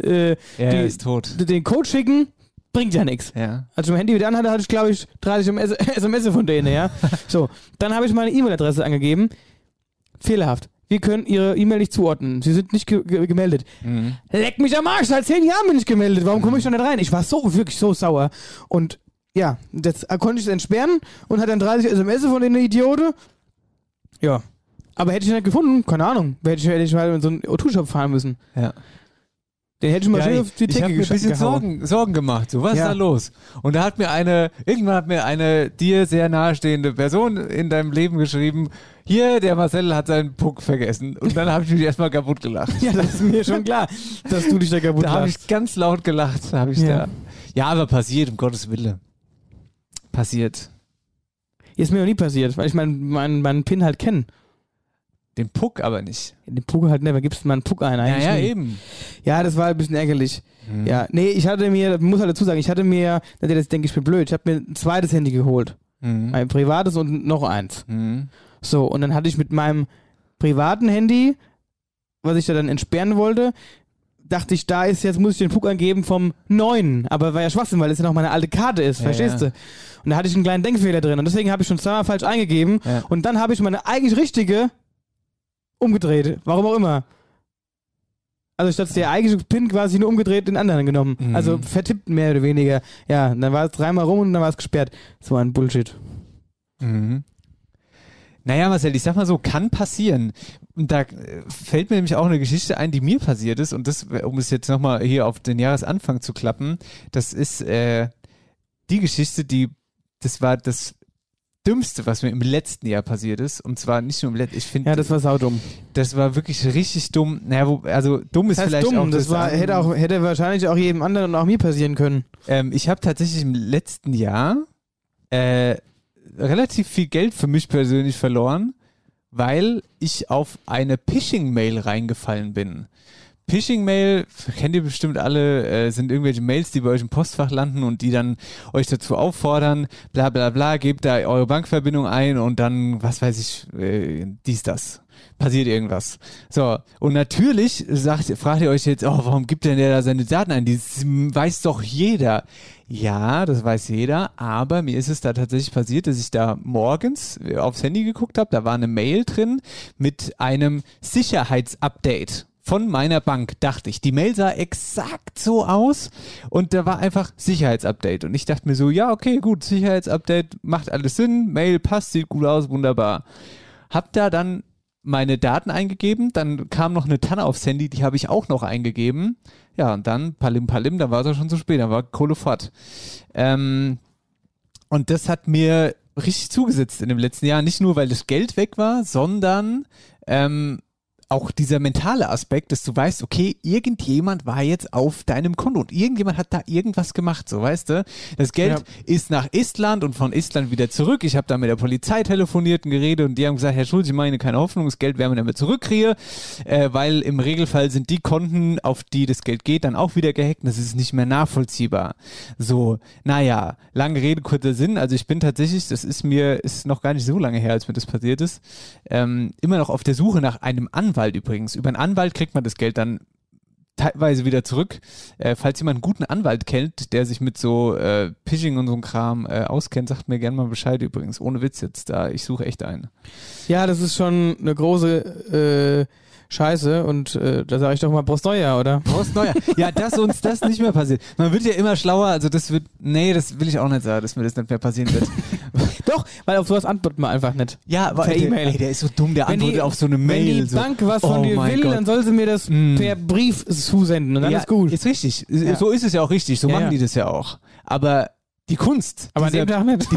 Code schicken, bringt ja nichts. Ja. Als ich mein Handy wieder anhatte, hatte ich, glaube ich, 30 SMS von denen, ja. So, dann habe ich meine E-Mail-Adresse angegeben. Fehlerhaft. Wir können Ihre E-Mail nicht zuordnen. Sie sind nicht gemeldet. Mhm. Leck mich am Arsch, seit 10 Jahren bin ich gemeldet. Warum komme ich da nicht rein? Ich war wirklich so sauer. Und ja, jetzt konnte ich es entsperren und hat dann 30 SMS von den Idioten. Ja. Aber hätte ich ihn nicht gefunden, keine Ahnung. Hätte ich mal in so einen O2-Shop fahren müssen. Ja. Den hätte ich mal schön auf die Decke geschickt. Ich habe mir ein bisschen Sorgen gemacht. So, was ist da los? Und da hat irgendwann hat mir eine dir sehr nahestehende Person in deinem Leben geschrieben, hier, der Marcel hat seinen Puck vergessen. Und dann habe ich mich erstmal kaputt gelacht. Ja, das ist mir schon klar, dass du dich da kaputt lachst. Da habe ich ganz laut gelacht. Ja, aber passiert, um Gottes Willen. Passiert. Ist mir noch nie passiert, weil ich meinen Pin halt kenne. Den Puck aber nicht. Den Puck halt nicht, da gibst du mal einen Puck ein eigentlich. Ja, eben. Ja, das war ein bisschen ärgerlich. Mhm. Ja, nee, ich muss halt dazu sagen, das denke ich bin blöd, ich habe mir ein zweites Handy geholt. Mhm. Ein privates und noch eins. Mhm. So, und dann hatte ich mit meinem privaten Handy, was ich da dann entsperren wollte, dachte ich, jetzt muss ich den Puck angeben vom neuen. Aber war ja Schwachsinn, weil es ja noch meine alte Karte ist, verstehst du? Und da hatte ich einen kleinen Denkfehler drin und deswegen habe ich schon 2-mal falsch eingegeben und dann habe ich meine eigentlich richtige umgedreht. Warum auch immer. Also statt der eigentliche Pin quasi nur umgedreht den anderen genommen. Mhm. Also vertippt mehr oder weniger. Ja, dann war es 3-mal rum und dann war es gesperrt. So ein Bullshit. Mhm. Naja, Marcel, ich sag mal so, kann passieren. Und da fällt mir nämlich auch eine Geschichte ein, die mir passiert ist. Und das, um es jetzt nochmal hier auf den Jahresanfang zu klappen, das ist die Geschichte, das war das Dümmste, was mir im letzten Jahr passiert ist. Und zwar nicht nur im letzten, ich finde... Ja, das war saudumm. Das war wirklich richtig dumm. Naja, dumm ist vielleicht dumm. auch... Das hätte wahrscheinlich auch jedem anderen und auch mir passieren können. Ich habe tatsächlich im letzten Jahr relativ viel Geld für mich persönlich verloren, weil ich auf eine Phishing-Mail reingefallen bin. Phishing-Mail, kennt ihr bestimmt alle, sind irgendwelche Mails, die bei euch im Postfach landen und die dann euch dazu auffordern, bla bla bla, gebt da eure Bankverbindung ein und dann, was weiß ich, das. passiert irgendwas. So, und natürlich fragt ihr euch jetzt, warum gibt denn der da seine Daten ein? Das weiß doch jeder. Ja, das weiß jeder, aber mir ist es da tatsächlich passiert, dass ich da morgens aufs Handy geguckt habe, da war eine Mail drin mit einem Sicherheitsupdate von meiner Bank, dachte ich. Die Mail sah exakt so aus und da war einfach Sicherheitsupdate. Und ich dachte mir so, ja, okay, gut, Sicherheitsupdate, macht alles Sinn, Mail passt, sieht gut aus, wunderbar. Hab da dann meine Daten eingegeben, dann kam noch eine Tanne aufs Handy, die habe ich auch noch eingegeben. Ja, und dann Palim, dann war es auch schon zu spät, dann war Kohle fort. Und das hat mir richtig zugesetzt in dem letzten Jahr, nicht nur, weil das Geld weg war, sondern auch dieser mentale Aspekt, dass du weißt, okay, irgendjemand war jetzt auf deinem Konto und irgendjemand hat da irgendwas gemacht, so, weißt du? Das Geld ist nach Estland und von Estland wieder zurück. Ich habe da mit der Polizei telefoniert und geredet und die haben gesagt, Herr Schulz, ich meine keine Hoffnung, das Geld werden wir dann wieder zurückkriegen, weil im Regelfall sind die Konten, auf die das Geld geht, dann auch wieder gehackt und das ist nicht mehr nachvollziehbar. So, naja, lange Rede, kurzer Sinn, also ich bin tatsächlich, das ist noch gar nicht so lange her, als mir das passiert ist, immer noch auf der Suche nach einem Anwalt übrigens. Über einen Anwalt kriegt man das Geld dann teilweise wieder zurück. Falls jemand einen guten Anwalt kennt, der sich mit so Phishing und so einem Kram auskennt, sagt mir gerne mal Bescheid übrigens. Ohne Witz jetzt da. Ich suche echt einen. Ja, das ist schon eine große Scheiße und da sage ich doch mal Prost Neujahr, oder? Prost Neujahr. Ja, dass uns das nicht mehr passiert. Man wird ja immer schlauer, also das will ich auch nicht sagen, dass mir das nicht mehr passieren wird. Doch, weil auf sowas antwortet man einfach nicht. Ja, aber per E-Mail. Der ist so dumm, der antwortet auf so eine Mail. Wenn die Bank was von dir will, dann soll sie mir das per Brief zusenden und dann ist gut. Ist richtig. Ja. So ist es ja auch richtig. So machen die das ja auch. Aber die Kunst, aber an dem Tag nicht.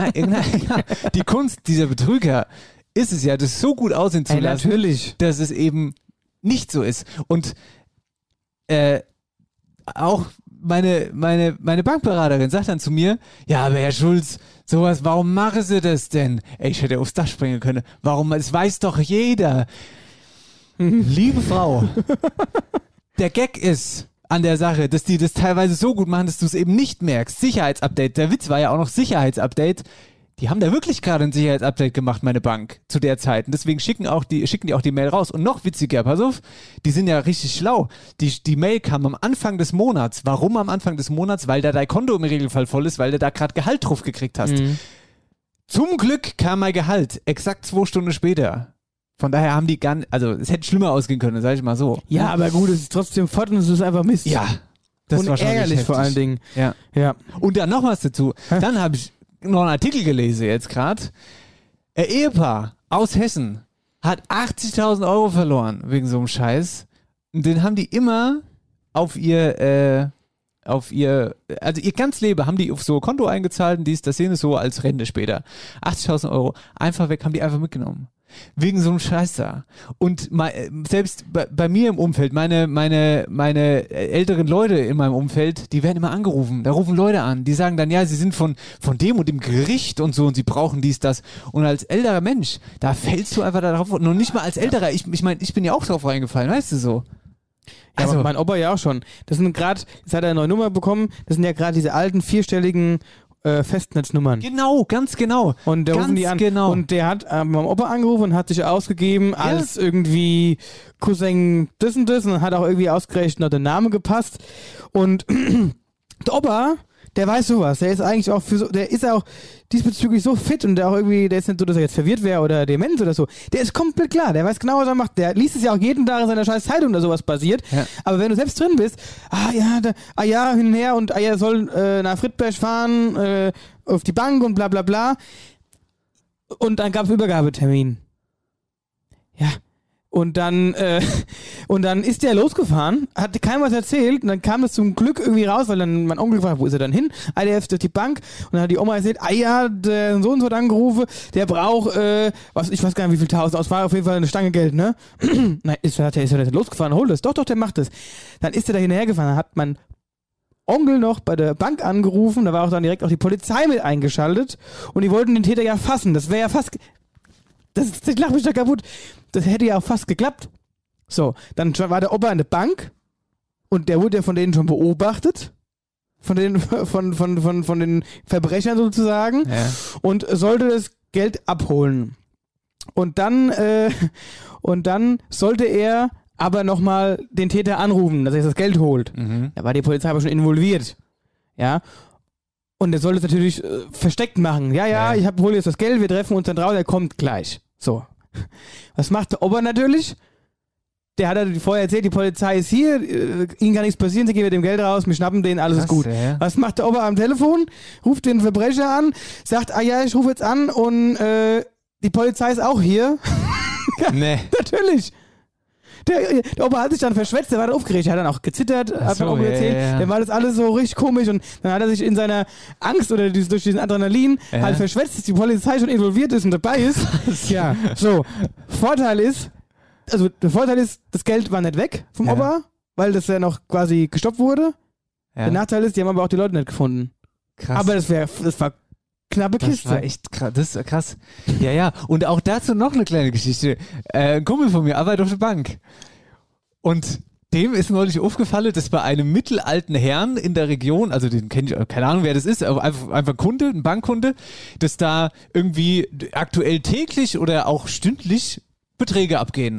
Die Kunst dieser Betrüger ist es ja, das so gut aussehen zu lassen, natürlich, dass es eben nicht so ist. Und auch meine Bankberaterin sagt dann zu mir, ja, aber Herr Schulz, sowas, warum machen Sie das denn? Ey, ich hätte aufs Dach springen können. Warum? Das weiß doch jeder. Liebe Frau, der Gag ist an der Sache, dass die das teilweise so gut machen, dass du es eben nicht merkst. Sicherheitsupdate. Der Witz war ja auch noch Sicherheitsupdate. Die haben da wirklich gerade ein Sicherheitsupdate gemacht, meine Bank, zu der Zeit. Und deswegen schicken die auch die Mail raus. Und noch witziger, pass auf, die sind ja richtig schlau. Die Mail kam am Anfang des Monats. Warum am Anfang des Monats? Weil da dein Konto im Regelfall voll ist, weil du da gerade Gehalt drauf gekriegt hast. Zum Glück kam mein Gehalt exakt 2 Stunden später. Von daher haben die es hätte schlimmer ausgehen können, sag ich mal so. Ja, aber gut, es ist trotzdem fort und es ist einfach Mist. Ja. Das und war schon ärgerlich vor allen Dingen. Ja. Und dann noch was dazu. Dann habe ich noch einen Artikel gelesen jetzt gerade. Ein Ehepaar aus Hessen hat 80.000 Euro verloren wegen so einem Scheiß. Und den haben die immer auf ihr ganzes Leben haben die auf so ein Konto eingezahlt und das sehen es so als Rente später. 80.000 Euro einfach weg, haben die einfach mitgenommen. Wegen so einem Scheiß da. Und selbst bei mir im Umfeld, meine älteren Leute in meinem Umfeld, die werden immer angerufen. Da rufen Leute an, die sagen dann, ja, sie sind von dem und dem Gericht und so und sie brauchen dies, das. Und als älterer Mensch, da fällst du einfach darauf. Noch nicht mal als älterer. Ich meine, ich bin ja auch drauf reingefallen, weißt du so. Ja, also, mein Opa ja auch schon. Das sind gerade, jetzt hat er eine neue Nummer bekommen, das sind ja gerade diese alten 4-stelligen Festnetznummern. Genau, ganz genau. Und da rufen die an. Genau. Und der hat meinem Opa angerufen und hat sich ausgegeben als irgendwie Cousin das und das und hat auch irgendwie ausgerechnet noch der Name gepasst. Und der Opa, der weiß sowas. Der ist eigentlich auch der ist auch diesbezüglich so fit und der auch irgendwie, der ist nicht so, dass er jetzt verwirrt wäre oder dement oder so. Der ist komplett klar, der weiß genau, was er macht. Der liest es ja auch jeden Tag in seiner scheiß Zeitung, dass sowas passiert. Ja. Aber wenn du selbst drin bist, hin und her und er soll nach Friedberg fahren, auf die Bank und bla bla bla. Und dann gab es Übergabetermin. Ja. Und dann ist der losgefahren, hat keinem was erzählt und dann kam das zum Glück irgendwie raus, weil dann mein Onkel gefragt hat, wo ist er dann hin? Der ist durch die Bank und dann hat die Oma erzählt, der so und so hat angerufen, der braucht, ich weiß gar nicht wie viel tausend, es war auf jeden Fall eine Stange Geld, ne? Nein, ist er losgefahren, hol das, doch, der macht das. Dann ist er da hinterhergefahren, dann hat mein Onkel noch bei der Bank angerufen, da war auch dann direkt auch die Polizei mit eingeschaltet und die wollten den Täter ja fassen, das wäre ja fast... Ich lach mich da kaputt. Das hätte ja auch fast geklappt. So, dann war der Opa in der Bank und der wurde ja von denen schon beobachtet. Von den Verbrechern sozusagen. Ja. Und sollte das Geld abholen. Und dann sollte er aber nochmal den Täter anrufen, dass er das Geld holt. Da war die Polizei aber schon involviert. Ja. Und er sollte es natürlich versteckt machen. Ja, ich hole jetzt das Geld, wir treffen uns dann draußen, er kommt gleich. So. Was macht der Ober natürlich? Der hat vorher erzählt, die Polizei ist hier, ihnen kann nichts passieren, sie gehen mit dem Geld raus, wir schnappen den, alles ist gut. Ja. Was macht der Ober am Telefon? Ruft den Verbrecher an, sagt, ich rufe jetzt an und die Polizei ist auch hier. Nee. Natürlich. Der Opa hat sich dann verschwätzt, der war dann aufgeregt, der hat dann auch gezittert, hat mir auch erzählt, dann war das alles so richtig komisch und dann hat er sich in seiner Angst oder durch diesen Adrenalin halt verschwätzt, dass die Polizei schon involviert ist und dabei ist. Ja, so. der Vorteil ist, das Geld war nicht weg vom Opa, weil das ja noch quasi gestoppt wurde. Ja. Der Nachteil ist, die haben aber auch die Leute nicht gefunden. Krass. Aber das war knappe Kiste. Das war echt krass. Das ist krass. Ja. Und auch dazu noch eine kleine Geschichte. Ein Kumpel von mir arbeitet auf der Bank. Und dem ist neulich aufgefallen, dass bei einem mittelalten Herrn in der Region, also den kenne ich, keine Ahnung, wer das ist, aber einfach Kunde, ein Bankkunde, dass da irgendwie aktuell täglich oder auch stündlich Beträge abgehen.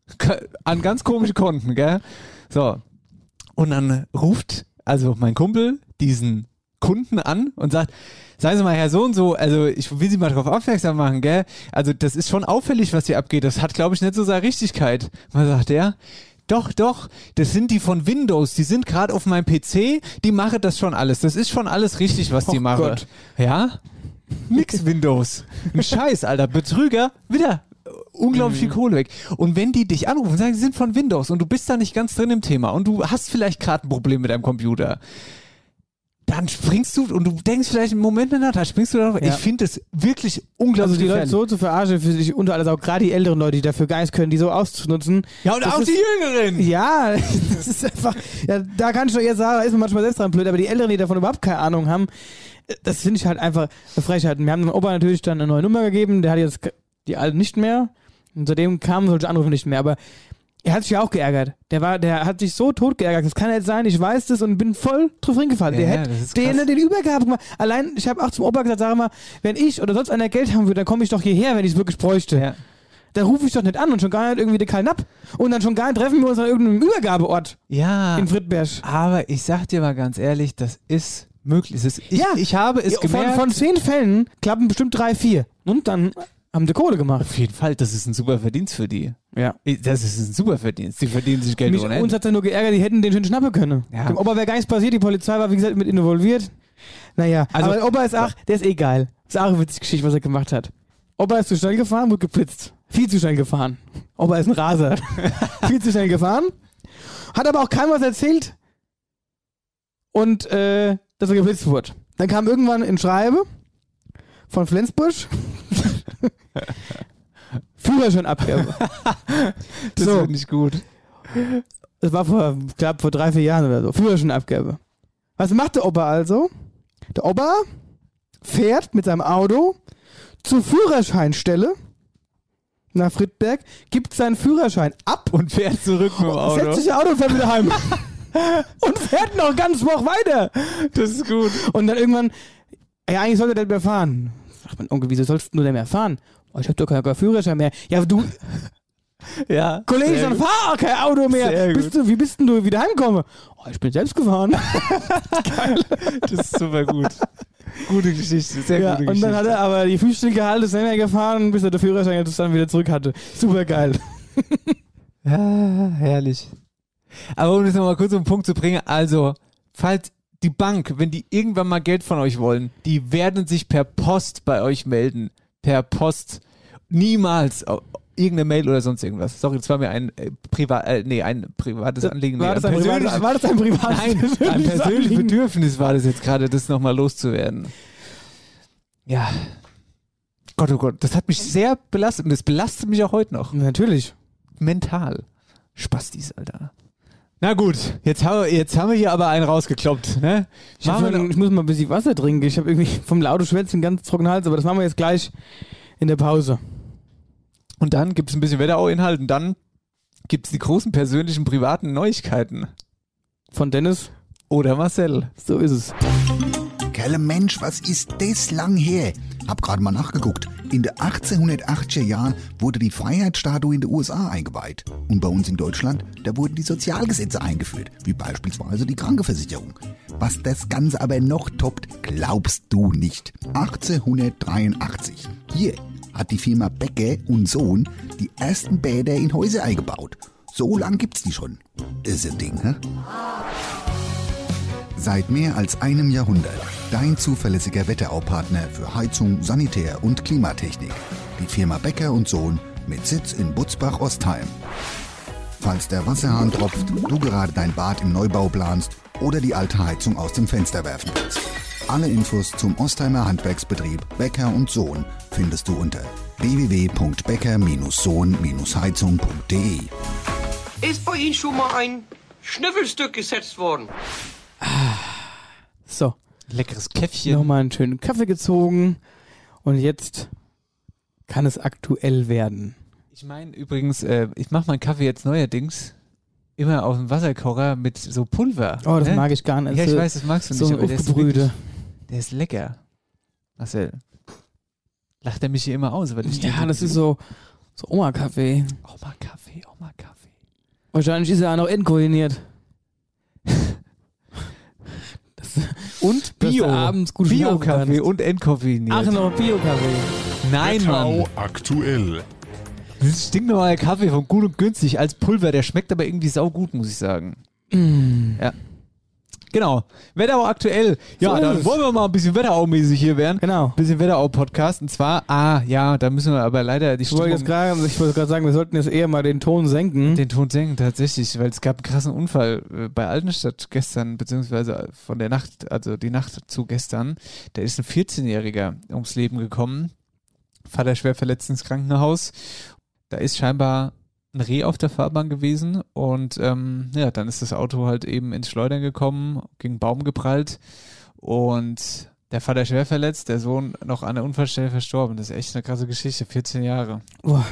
An ganz komische Konten, gell? So. Und dann ruft also mein Kumpel diesen Kunden an und sagt, sagen Sie mal, Herr so und so, also ich will Sie mal darauf aufmerksam machen, gell? Also das ist schon auffällig, was hier abgeht. Das hat, glaube ich, nicht so seine Richtigkeit. Was sagt der? Doch, das sind die von Windows. Die sind gerade auf meinem PC, die machen das schon alles. Das ist schon alles richtig, was die machen. Gott. Ja? Nix Windows. Ein Scheiß, Alter. Betrüger, wieder unglaublich viel Kohle weg. Und wenn die dich anrufen und sagen, sie sind von Windows und du bist da nicht ganz drin im Thema und du hast vielleicht gerade ein Problem mit deinem Computer, dann springst du und du denkst vielleicht im Moment nach, da springst du darauf. Ja. Ich finde das wirklich unglaublich Also die gefährlich. Leute so zu verarschen, für sich unter alles auch gerade die älteren Leute, die dafür gar nichts können, die so auszunutzen. Ja, und auch die Jüngeren. Ja, das ist einfach, ja, da kann ich doch eher sagen, da ist man manchmal selbst dran blöd, aber die Älteren, die davon überhaupt keine Ahnung haben, das finde ich halt einfach eine Frechheit. Wir haben dem Opa natürlich dann eine neue Nummer gegeben, der hat jetzt die alte nicht mehr und seitdem kamen solche Anrufe nicht mehr, aber er hat sich ja auch geärgert. Der hat sich so tot geärgert. Das kann nicht sein, ich weiß das und bin voll drauf hingefallen. Der hätte denen den Übergabe gemacht. Allein, ich habe auch zum Opa gesagt, sag mal, wenn ich oder sonst einer Geld haben würde, dann komme ich doch hierher, wenn ich es wirklich bräuchte. Ja. Da rufe ich doch nicht an und schon gar nicht irgendwie den Karl Napp. Und dann schon gar nicht treffen wir uns an irgendeinem Übergabeort in Friedberg. Aber ich sag dir mal ganz ehrlich, das ist möglich. Ich habe es gemerkt. Von 10 Fällen klappen bestimmt 3, 4. Und dann haben die Kohle gemacht. Auf jeden Fall, das ist ein super Verdienst für die. Ja. Das ist ein super Verdienst. Die verdienen sich Geld ohne Ende. Uns hat es nur geärgert, die hätten den schon schnappen können. Ja. Dem Opa wäre gar nichts passiert, die Polizei war, wie gesagt, mit involviert. Naja, also, aber der Opa ist der ist eh geil. Das ist auch eine witzige Geschichte, was er gemacht hat. Opa ist zu schnell gefahren, wurde geblitzt. Viel zu schnell gefahren. Opa ist ein Raser. Viel zu schnell gefahren. Hat aber auch keinem was erzählt. Und, dass er geblitzt wurde. Dann kam irgendwann ein Schreibe von Flensburg. Führerscheinabgabe. Das wird nicht gut. Das war vor 3, 4 Jahren oder so. Führerscheinabgabe. Was macht der Opa also? Der Opa fährt mit seinem Auto zur Führerscheinstelle nach Friedberg, gibt seinen Führerschein ab und fährt zurück mit dem Auto. Setzt sich das Auto und fährt wieder heim. Und fährt noch ganz Woche weiter. Das ist gut. Und dann irgendwann, eigentlich sollte der mehr fahren. Sagt mein Onkel, wieso sollst du nur der mehr fahren? Oh, ich hab doch keinen Führerschein mehr. Ja, du... Ja, Kollege, dann fahr kein Auto mehr. Wie bist denn du wieder heimgekommen? Oh, ich bin selbst gefahren. Geil. Das ist super gut. Gute Geschichte, sehr gute Geschichte. Und dann hat er aber die 5 Stunden gehalten, ist nicht mehr gefahren, bis er den Führerschein jetzt dann wieder zurück hatte. Super geil. Ja, herrlich. Aber um das nochmal kurz auf den Punkt zu bringen, also, falls die Bank, wenn die irgendwann mal Geld von euch wollen, die werden sich per Post bei euch melden. Per Post. Niemals irgendeine Mail oder sonst irgendwas. Sorry, das war mir ein privates Anliegen. War das ein privates Nein, ein persönliches Bedürfnis war das jetzt gerade, das nochmal loszuwerden. Ja. Gott, oh Gott, das hat mich sehr belastet und das belastet mich auch heute noch. Natürlich. Mental. Spastis, Alter. Na gut, jetzt haben wir hier aber einen rausgekloppt. Ne? Ich muss mal ein bisschen Wasser trinken. Ich habe irgendwie vom lauten Schwätzen ganz trockenen Hals, aber das machen wir jetzt gleich in der Pause. Und dann gibt es ein bisschen Wetterau-Inhalt und dann gibt es die großen persönlichen privaten Neuigkeiten. Von Dennis oder Marcel. So ist es. Kerle Mensch, was ist das lang her? Hab gerade mal nachgeguckt. In den 1880er Jahren wurde die Freiheitsstatue in den USA eingeweiht. Und bei uns in Deutschland, da wurden die Sozialgesetze eingeführt, wie beispielsweise die Krankenversicherung. Was das Ganze aber noch toppt, glaubst du nicht. 1883. Hier hat die Firma Becker und Sohn die ersten Bäder in Häuser eingebaut. So lang gibt's die schon. Ist ein Ding, hä? Seit mehr als einem Jahrhundert dein zuverlässiger Wetterau-Partner für Heizung, Sanitär und Klimatechnik. Die Firma Becker und Sohn mit Sitz in Butzbach-Ostheim. Falls der Wasserhahn tropft, du gerade dein Bad im Neubau planst oder die alte Heizung aus dem Fenster werfen willst. Alle Infos zum Ostheimer Handwerksbetrieb Becker und Sohn findest du unter www.becker-sohn-heizung.de. Ist bei Ihnen schon mal ein Schnüffelstück gesetzt worden? So, Leckeres Käffchen. nochmal einen schönen Kaffee gezogen und jetzt kann es aktuell werden. Ich meine übrigens, ich mache meinen Kaffee jetzt neuerdings immer auf dem Wasserkocher mit so Pulver. Oh, das ne? mag ich gar nicht. Ja, ich weiß, das magst du so nicht, ein aber der ist, Aufgebrühte. wirklich, der ist lecker. Marcel, lacht er mich hier immer aus? Weil ich Ja, das ist so Oma-Kaffee. Oma-Kaffee. Wahrscheinlich ist er auch noch entkoordiniert. Und dass Bio. du abends gut schlafen Bio-Kaffee kannst. und entkoffeiniert. Ach, noch Bio-Kaffee. Nein, Mann. Wetterau aktuell. Das ist stinknormaler Kaffee von Gut und Günstig als Pulver. Der schmeckt aber irgendwie saugut, muss ich sagen. Ja. Genau. Wetterau aktuell. Ja, So ist dann es. wollen wir mal ein bisschen Wetterau-mäßig hier werden. Genau. Ein bisschen Wetterau-Podcast. Und zwar, da müssen wir aber leider die Ich wollte Stimmung, gerade sagen, wir sollten jetzt eher mal den Ton senken. den Ton senken tatsächlich, weil es gab einen krassen Unfall bei Altenstadt gestern, beziehungsweise von der Nacht, also die Nacht zu gestern. Da ist ein 14-Jähriger ums Leben gekommen. Vater schwer verletzt ins Krankenhaus. Da ist scheinbar ein Reh auf der Fahrbahn gewesen und dann ist das Auto halt eben ins Schleudern gekommen, gegen einen Baum geprallt und der Vater schwer verletzt, der Sohn noch an der Unfallstelle verstorben. Das ist echt eine krasse Geschichte, 14 Jahre. Boah.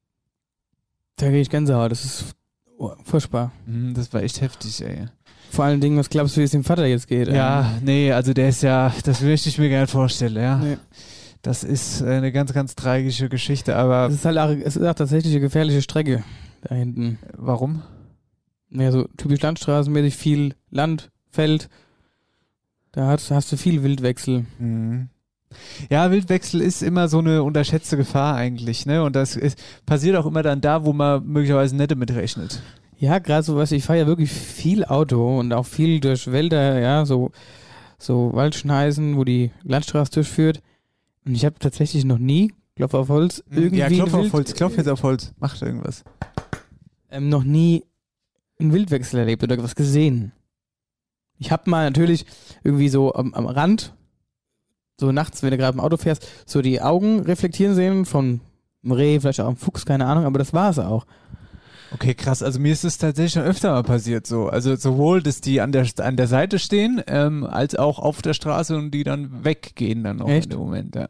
Da kriege ich Gänsehaut, das ist furchtbar. Das war echt heftig, ey. Vor allen Dingen, was glaubst du, wie es dem Vater jetzt geht? Ja, nee, also der ist ja, das möchte ich mir gerne vorstellen, ja. Nee. Das ist eine ganz, ganz tragische Geschichte, aber Es ist auch tatsächlich eine gefährliche Strecke da hinten. warum? Ja, so typisch landstraßenmäßig, viel Land, Feld. Da hast du viel Wildwechsel. Mhm. Ja, Wildwechsel ist immer so eine unterschätzte Gefahr eigentlich, ne? Und das passiert auch immer dann da, wo man möglicherweise nicht damit rechnet. Ja, gerade so was, ich fahre ja wirklich viel Auto und auch viel durch Wälder, ja, so Waldschneisen, wo die Landstraße durchführt. Und ich habe tatsächlich noch nie, Klopf auf Holz, irgendwie Ja, klopf ein auf Holz, klopf jetzt auf Holz, macht irgendwas. noch nie einen Wildwechsel erlebt oder was gesehen. Ich habe mal natürlich irgendwie so am Rand, so nachts, wenn du gerade im Auto fährst, so die Augen reflektieren sehen von einem Reh, vielleicht auch einem Fuchs, keine Ahnung, aber das war es auch. Okay, krass. Also mir ist es tatsächlich schon öfter mal passiert so. Also sowohl, dass die an der Seite stehen, als auch auf der Straße und die dann weggehen dann auch Echt? in dem Moment, ja.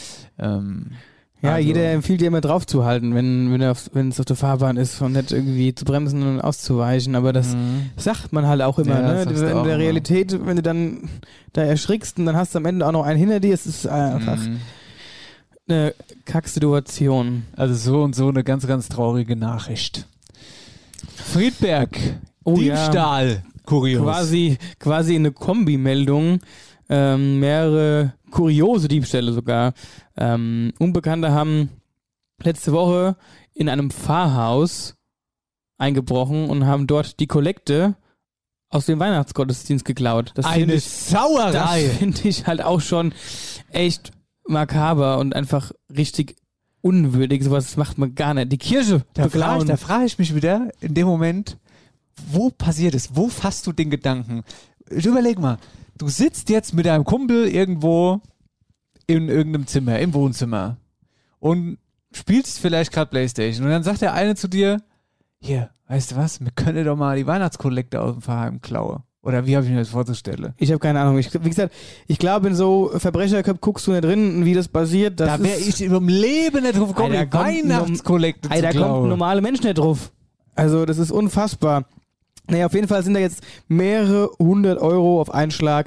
Ja, Also- jeder empfiehlt dir immer drauf zu halten, wenn es auf der Fahrbahn ist und nicht irgendwie zu bremsen und auszuweichen, aber das sagt man halt auch immer, Ja, das ne? sagst du In auch der immer. Realität, wenn du dann da erschrickst und dann hast du am Ende auch noch einen hinter dir, es ist einfach eine Kacksituation. Also so und so eine ganz, ganz traurige Nachricht. Friedberg, Oh ja. Diebstahl, kurios. Quasi eine Kombimeldung, mehrere kuriose Diebstähle sogar. Unbekannte haben letzte Woche in einem Pfarrhaus eingebrochen und haben dort die Kollekte aus dem Weihnachtsgottesdienst geklaut. Das finde Eine ich, Sauerei. find ich halt auch schon echt makaber und einfach richtig unwürdig. Sowas macht man gar nicht. Die Kirche beklauen. Da frage ich mich wieder in dem Moment, wo passiert es? Wo fasst du den Gedanken? Überleg mal, du sitzt jetzt mit deinem Kumpel irgendwo in irgendeinem Zimmer, im Wohnzimmer und spielst vielleicht gerade Playstation und dann sagt der eine zu dir, hier, weißt du was, wir können doch mal die Weihnachtskollekte aus dem Pfarrheim klauen. Oder wie habe ich mir das vorzustellen? Ich habe keine Ahnung. Wie gesagt, ich glaube, in so Verbrecherköpfen guckst du nicht drin, wie das passiert. Da wäre ich im Leben nicht drauf gekommen, Alter, die kommt Weihnachtskollekte zu Da kommt ein klauen. normaler Mensch nicht drauf. Also, das ist unfassbar. Naja, auf jeden Fall sind da jetzt mehrere 100 Euro auf einen Schlag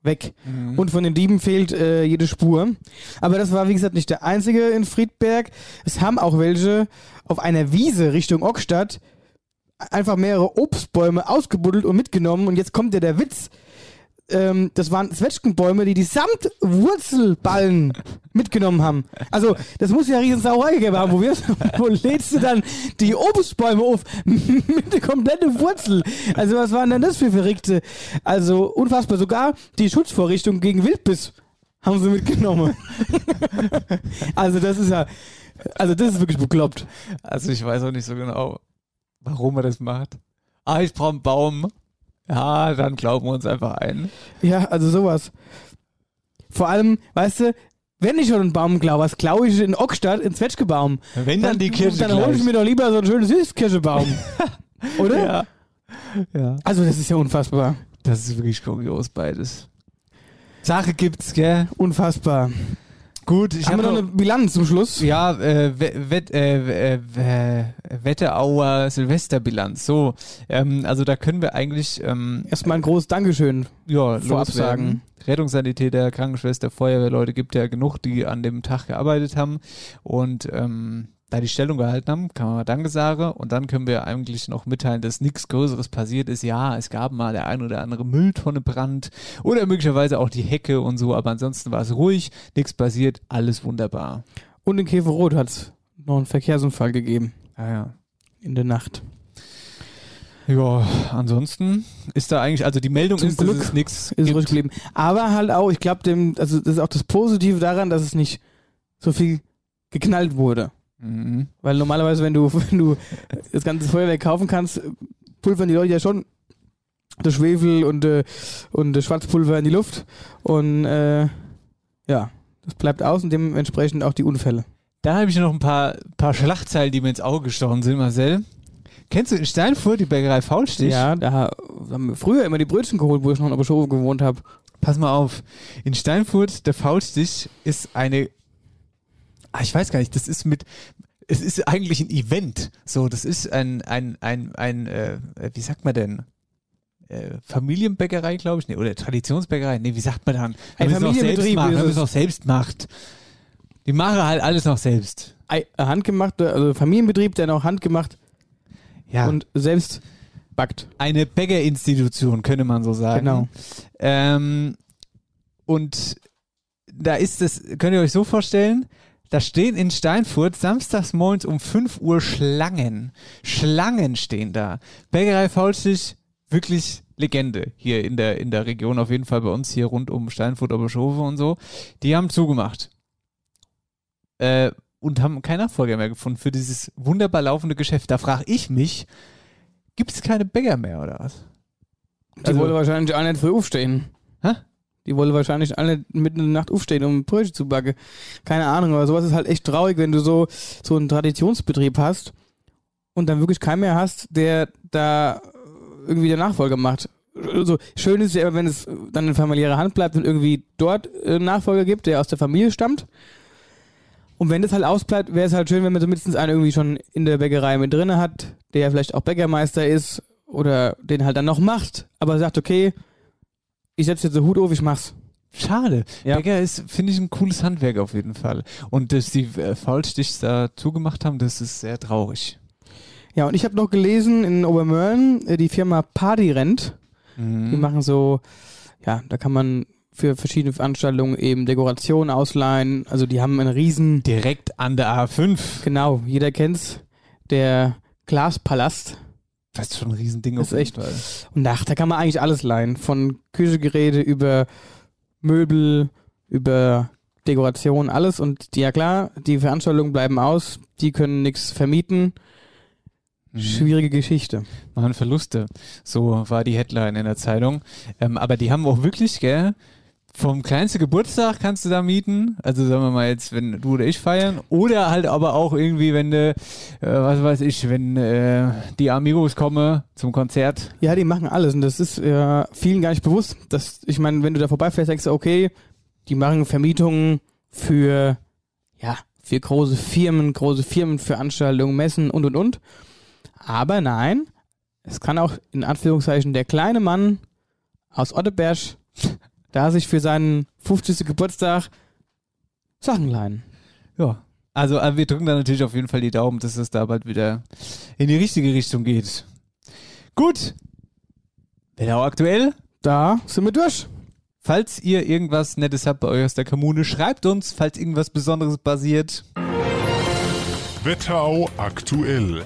weg. Und von den Dieben fehlt jede Spur. Aber das war, wie gesagt, nicht der einzige in Friedberg. Es haben auch welche auf einer Wiese Richtung Ockstadt einfach mehrere Obstbäume ausgebuddelt und mitgenommen. Und jetzt kommt ja der Witz. Das waren Zwetschgenbäume, die samt Wurzelballen mitgenommen haben. Also, das muss ja riesen Sauerei gegeben haben. Wo lädst du dann die Obstbäume auf mit der kompletten Wurzel? Also, was waren denn das für Verrückte? Also, unfassbar. Sogar die Schutzvorrichtung gegen Wildbiss haben sie mitgenommen. Also, das ist wirklich bekloppt. Also ich weiß auch nicht so genau, warum er das macht. Ich brauche einen Baum. Ja, dann glauben wir uns einfach ein. Ja, also sowas. Vor allem, weißt du, wenn ich schon einen Baum glaube, was glaube ich in Ockstadt, in Zwetschgebaum? Wenn dann die Kirche Dann hole ich mir doch lieber so einen schönen Süßkirschebaum. Oder? Ja. Also das ist ja unfassbar. Das ist wirklich kurios beides. Sache gibt's, gell? Unfassbar. Gut, ich Haben wir noch eine Bilanz zum Schluss? Ja, Wetterauer Silvesterbilanz. So, also da können wir eigentlich erstmal ein großes Dankeschön vorab sagen. Rettungssanitäter, Krankenschwester, Feuerwehrleute gibt ja genug, die an dem Tag gearbeitet haben und da die Stellung gehalten haben, kann man mal Danke sagen und dann können wir eigentlich noch mitteilen, dass nichts Größeres passiert ist. Ja, es gab mal der ein oder andere Mülltonne Brand oder möglicherweise auch die Hecke und so, aber ansonsten war es ruhig, nichts passiert, alles wunderbar. Und in Käferrot hat es noch einen Verkehrsunfall gegeben. Ja. In der Nacht. Ja, ansonsten ist da eigentlich, also die Meldung Zum ist, Glück dass es nichts ist ruhig geblieben. Aber halt auch, ich glaube, also das ist auch das Positive daran, dass es nicht so viel geknallt wurde. Mhm. Weil normalerweise, wenn du das ganze Feuerwerk kaufen kannst, pulvern die Leute ja schon das Schwefel und das Schwarzpulver in die Luft. Und ja, das bleibt aus und dementsprechend auch die Unfälle. Da habe ich noch ein paar Schlagzeilen, die mir ins Auge gestochen sind, Marcel. Kennst du in Steinfurt die Bäckerei Faulstich? Ja, da haben wir früher immer die Brötchen geholt, wo ich noch in Oberschofe gewohnt habe. Pass mal auf, in Steinfurt, der Faulstich ist eine, ich weiß gar nicht, es ist eigentlich ein Event. So, das ist ein wie sagt man denn? Familienbäckerei, glaube ich, oder Traditionsbäckerei, wie sagt man dann? Ein Familienbetrieb, wenn man es auch selbst macht. Die machen halt alles noch selbst. Handgemacht, also Familienbetrieb, der noch handgemacht und selbst backt. Eine Bäckerinstitution, könnte man so sagen. Genau. Und da ist es, könnt ihr euch so vorstellen, da stehen in Steinfurt samstags morgens um 5 Uhr Schlangen. Schlangen stehen da. Bäckerei Faulstich, wirklich Legende hier in der Region, auf jeden Fall bei uns hier rund um Steinfurt, Oberschofe und so. Die haben zugemacht. Und haben keinen Nachfolger mehr gefunden für dieses wunderbar laufende Geschäft. Da frage ich mich, gibt es keine Bäcker mehr oder was? Die wollen wahrscheinlich alle nicht früh aufstehen. Hä? Die wollen wahrscheinlich alle mitten in der Nacht aufstehen, um Brötchen zu backen. Keine Ahnung, aber sowas ist halt echt traurig, wenn du so einen Traditionsbetrieb hast und dann wirklich keinen mehr hast, der da irgendwie der Nachfolger macht. Also schön ist ja, wenn es dann in familiärer Hand bleibt und irgendwie dort einen Nachfolger gibt, der aus der Familie stammt. Und wenn das halt ausbleibt, wäre es halt schön, wenn man zumindest einen irgendwie schon in der Bäckerei mit drin hat, der vielleicht auch Bäckermeister ist oder den halt dann noch macht, aber sagt, okay, ich setze jetzt den Hut auf, ich mach's. Schade. Ja. Bäcker ist, finde ich, ein cooles Handwerk auf jeden Fall. Und dass die Faulstichs da zugemacht haben, das ist sehr traurig. Ja, und ich habe noch gelesen in Obermörlen, die Firma Partyrent, die machen so, ja, da kann man für verschiedene Veranstaltungen eben Dekorationen ausleihen. Also die haben einen riesen... Direkt an der A5. Genau, jeder kennt's. Der Glaspalast. Das ist schon ein Riesending. Das ist echt. Und da kann man eigentlich alles leihen. Von Küchengeräte über Möbel, über Dekoration, alles. Und ja klar, die Veranstaltungen bleiben aus. Die können nichts vermieten. Schwierige Geschichte. Machen Verluste. So war die Headline in der Zeitung. Aber die haben auch wirklich, gell, vom kleinsten Geburtstag kannst du da mieten. Also sagen wir mal jetzt, wenn du oder ich feiern. Oder halt aber auch irgendwie, wenn du, was weiß ich, wenn die Amigos kommen zum Konzert. Ja, die machen alles. Und das ist vielen gar nicht bewusst. Dass, ich meine, wenn du da vorbeifährst, denkst du, okay, die machen Vermietungen für große Firmenveranstaltungen, Messen und. Aber nein, es kann auch in Anführungszeichen der kleine Mann aus Otteberg da sich für seinen 50. Geburtstag Sachen leihen. Ja. Also wir drücken da natürlich auf jeden Fall die Daumen, dass es da bald wieder in die richtige Richtung geht. Gut. Wetterau aktuell. Da sind wir durch. Falls ihr irgendwas Nettes habt bei euch aus der Kommune, schreibt uns, falls irgendwas Besonderes passiert. Wetterau aktuell.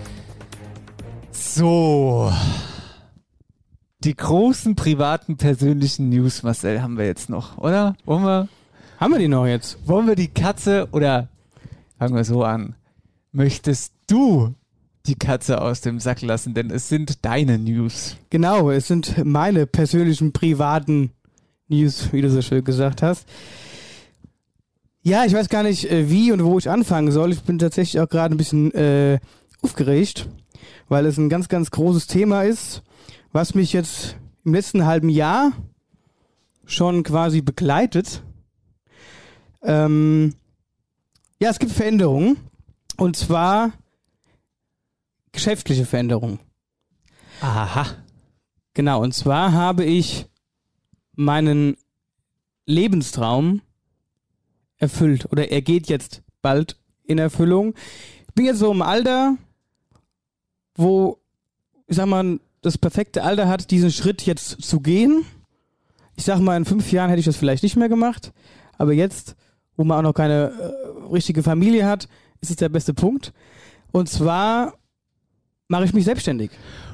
So. Die großen privaten persönlichen News, Marcel, haben wir jetzt noch, oder? Haben wir die noch jetzt? Wollen wir die Katze, oder fangen wir so an, möchtest du die Katze aus dem Sack lassen, denn es sind deine News. Genau, es sind meine persönlichen privaten News, wie du so schön gesagt hast. Ja, ich weiß gar nicht, wie und wo ich anfangen soll. Ich bin tatsächlich auch gerade ein bisschen aufgeregt, weil es ein ganz, ganz großes Thema ist, was mich jetzt im letzten halben Jahr schon quasi begleitet. Ja, es gibt Veränderungen, und zwar geschäftliche Veränderungen. Aha. Genau, und zwar habe ich meinen Lebenstraum erfüllt, oder er geht jetzt bald in Erfüllung. Ich bin jetzt so im Alter, wo, ich sag mal, das perfekte Alter hat, diesen Schritt jetzt zu gehen. Ich sag mal, in 5 Jahren hätte ich das vielleicht nicht mehr gemacht, aber jetzt, wo man auch noch keine richtige Familie hat, ist es der beste Punkt. Und zwar mache ich mich selbstständig.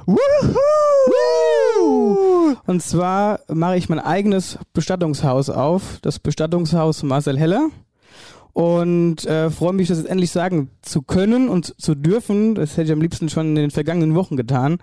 Woohoo! Und zwar mache ich mein eigenes Bestattungshaus auf, das Bestattungshaus Marcel Heller. Und freue mich, das jetzt endlich sagen zu können und zu dürfen. Das hätte ich am liebsten schon in den vergangenen Wochen getan.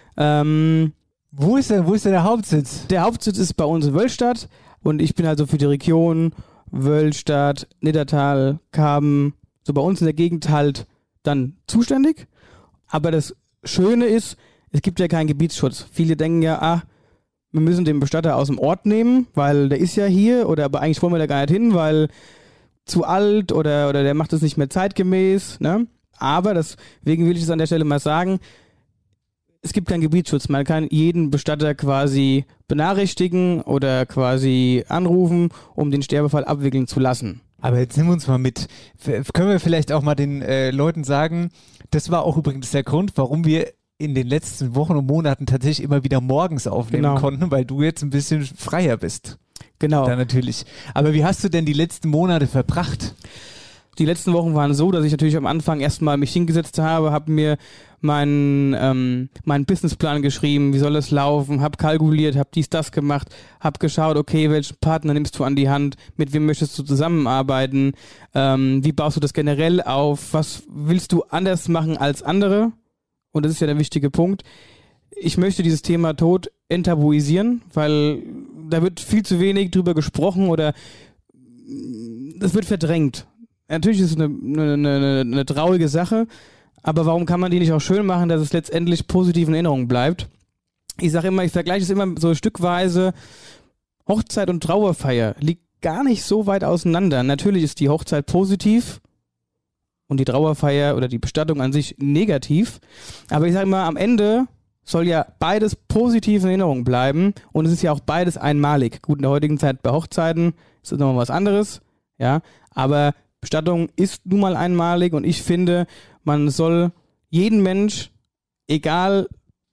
Wo ist denn der Hauptsitz? Der Hauptsitz ist bei uns in Wölstadt und ich bin also für die Region Wölstadt, Niddertal, Karben, so bei uns in der Gegend halt dann zuständig. Aber das Schöne ist, es gibt ja keinen Gebietsschutz. Viele denken ja, wir müssen den Bestatter aus dem Ort nehmen, weil der ist ja hier, oder aber eigentlich wollen wir da gar nicht hin, weil zu alt oder der macht das nicht mehr zeitgemäß. Ne? Aber deswegen will ich es an der Stelle mal sagen, es gibt keinen Gebietsschutz. Man kann jeden Bestatter quasi benachrichtigen oder quasi anrufen, um den Sterbefall abwickeln zu lassen. Aber jetzt nehmen wir uns mal mit. Können wir vielleicht auch mal den Leuten sagen, das war auch übrigens der Grund, warum wir in den letzten Wochen und Monaten tatsächlich immer wieder morgens aufnehmen konnten, weil du jetzt ein bisschen freier bist. Genau. Da natürlich. Aber wie hast du denn die letzten Monate verbracht? Die letzten Wochen waren so, dass ich natürlich am Anfang erstmal mich hingesetzt habe mir meinen Businessplan geschrieben, wie soll das laufen, habe kalkuliert, habe das gemacht, habe geschaut, okay, welchen Partner nimmst du an die Hand, mit wem möchtest du zusammenarbeiten, wie baust du das generell auf, was willst du anders machen als andere? Und das ist ja der wichtige Punkt. Ich möchte dieses Thema Tod enttabuisieren, weil da wird viel zu wenig drüber gesprochen oder das wird verdrängt. Natürlich ist es eine traurige Sache, aber warum kann man die nicht auch schön machen, dass es letztendlich positiv in Erinnerung bleibt? Ich vergleiche es immer so stückweise. Hochzeit und Trauerfeier liegt gar nicht so weit auseinander. Natürlich ist die Hochzeit positiv und die Trauerfeier oder die Bestattung an sich negativ, aber ich sage immer, am Ende soll ja beides positiv in Erinnerung bleiben und es ist ja auch beides einmalig. Gut, in der heutigen Zeit bei Hochzeiten ist das nochmal was anderes, ja, aber Bestattung ist nun mal einmalig und ich finde, man soll jeden Mensch, egal,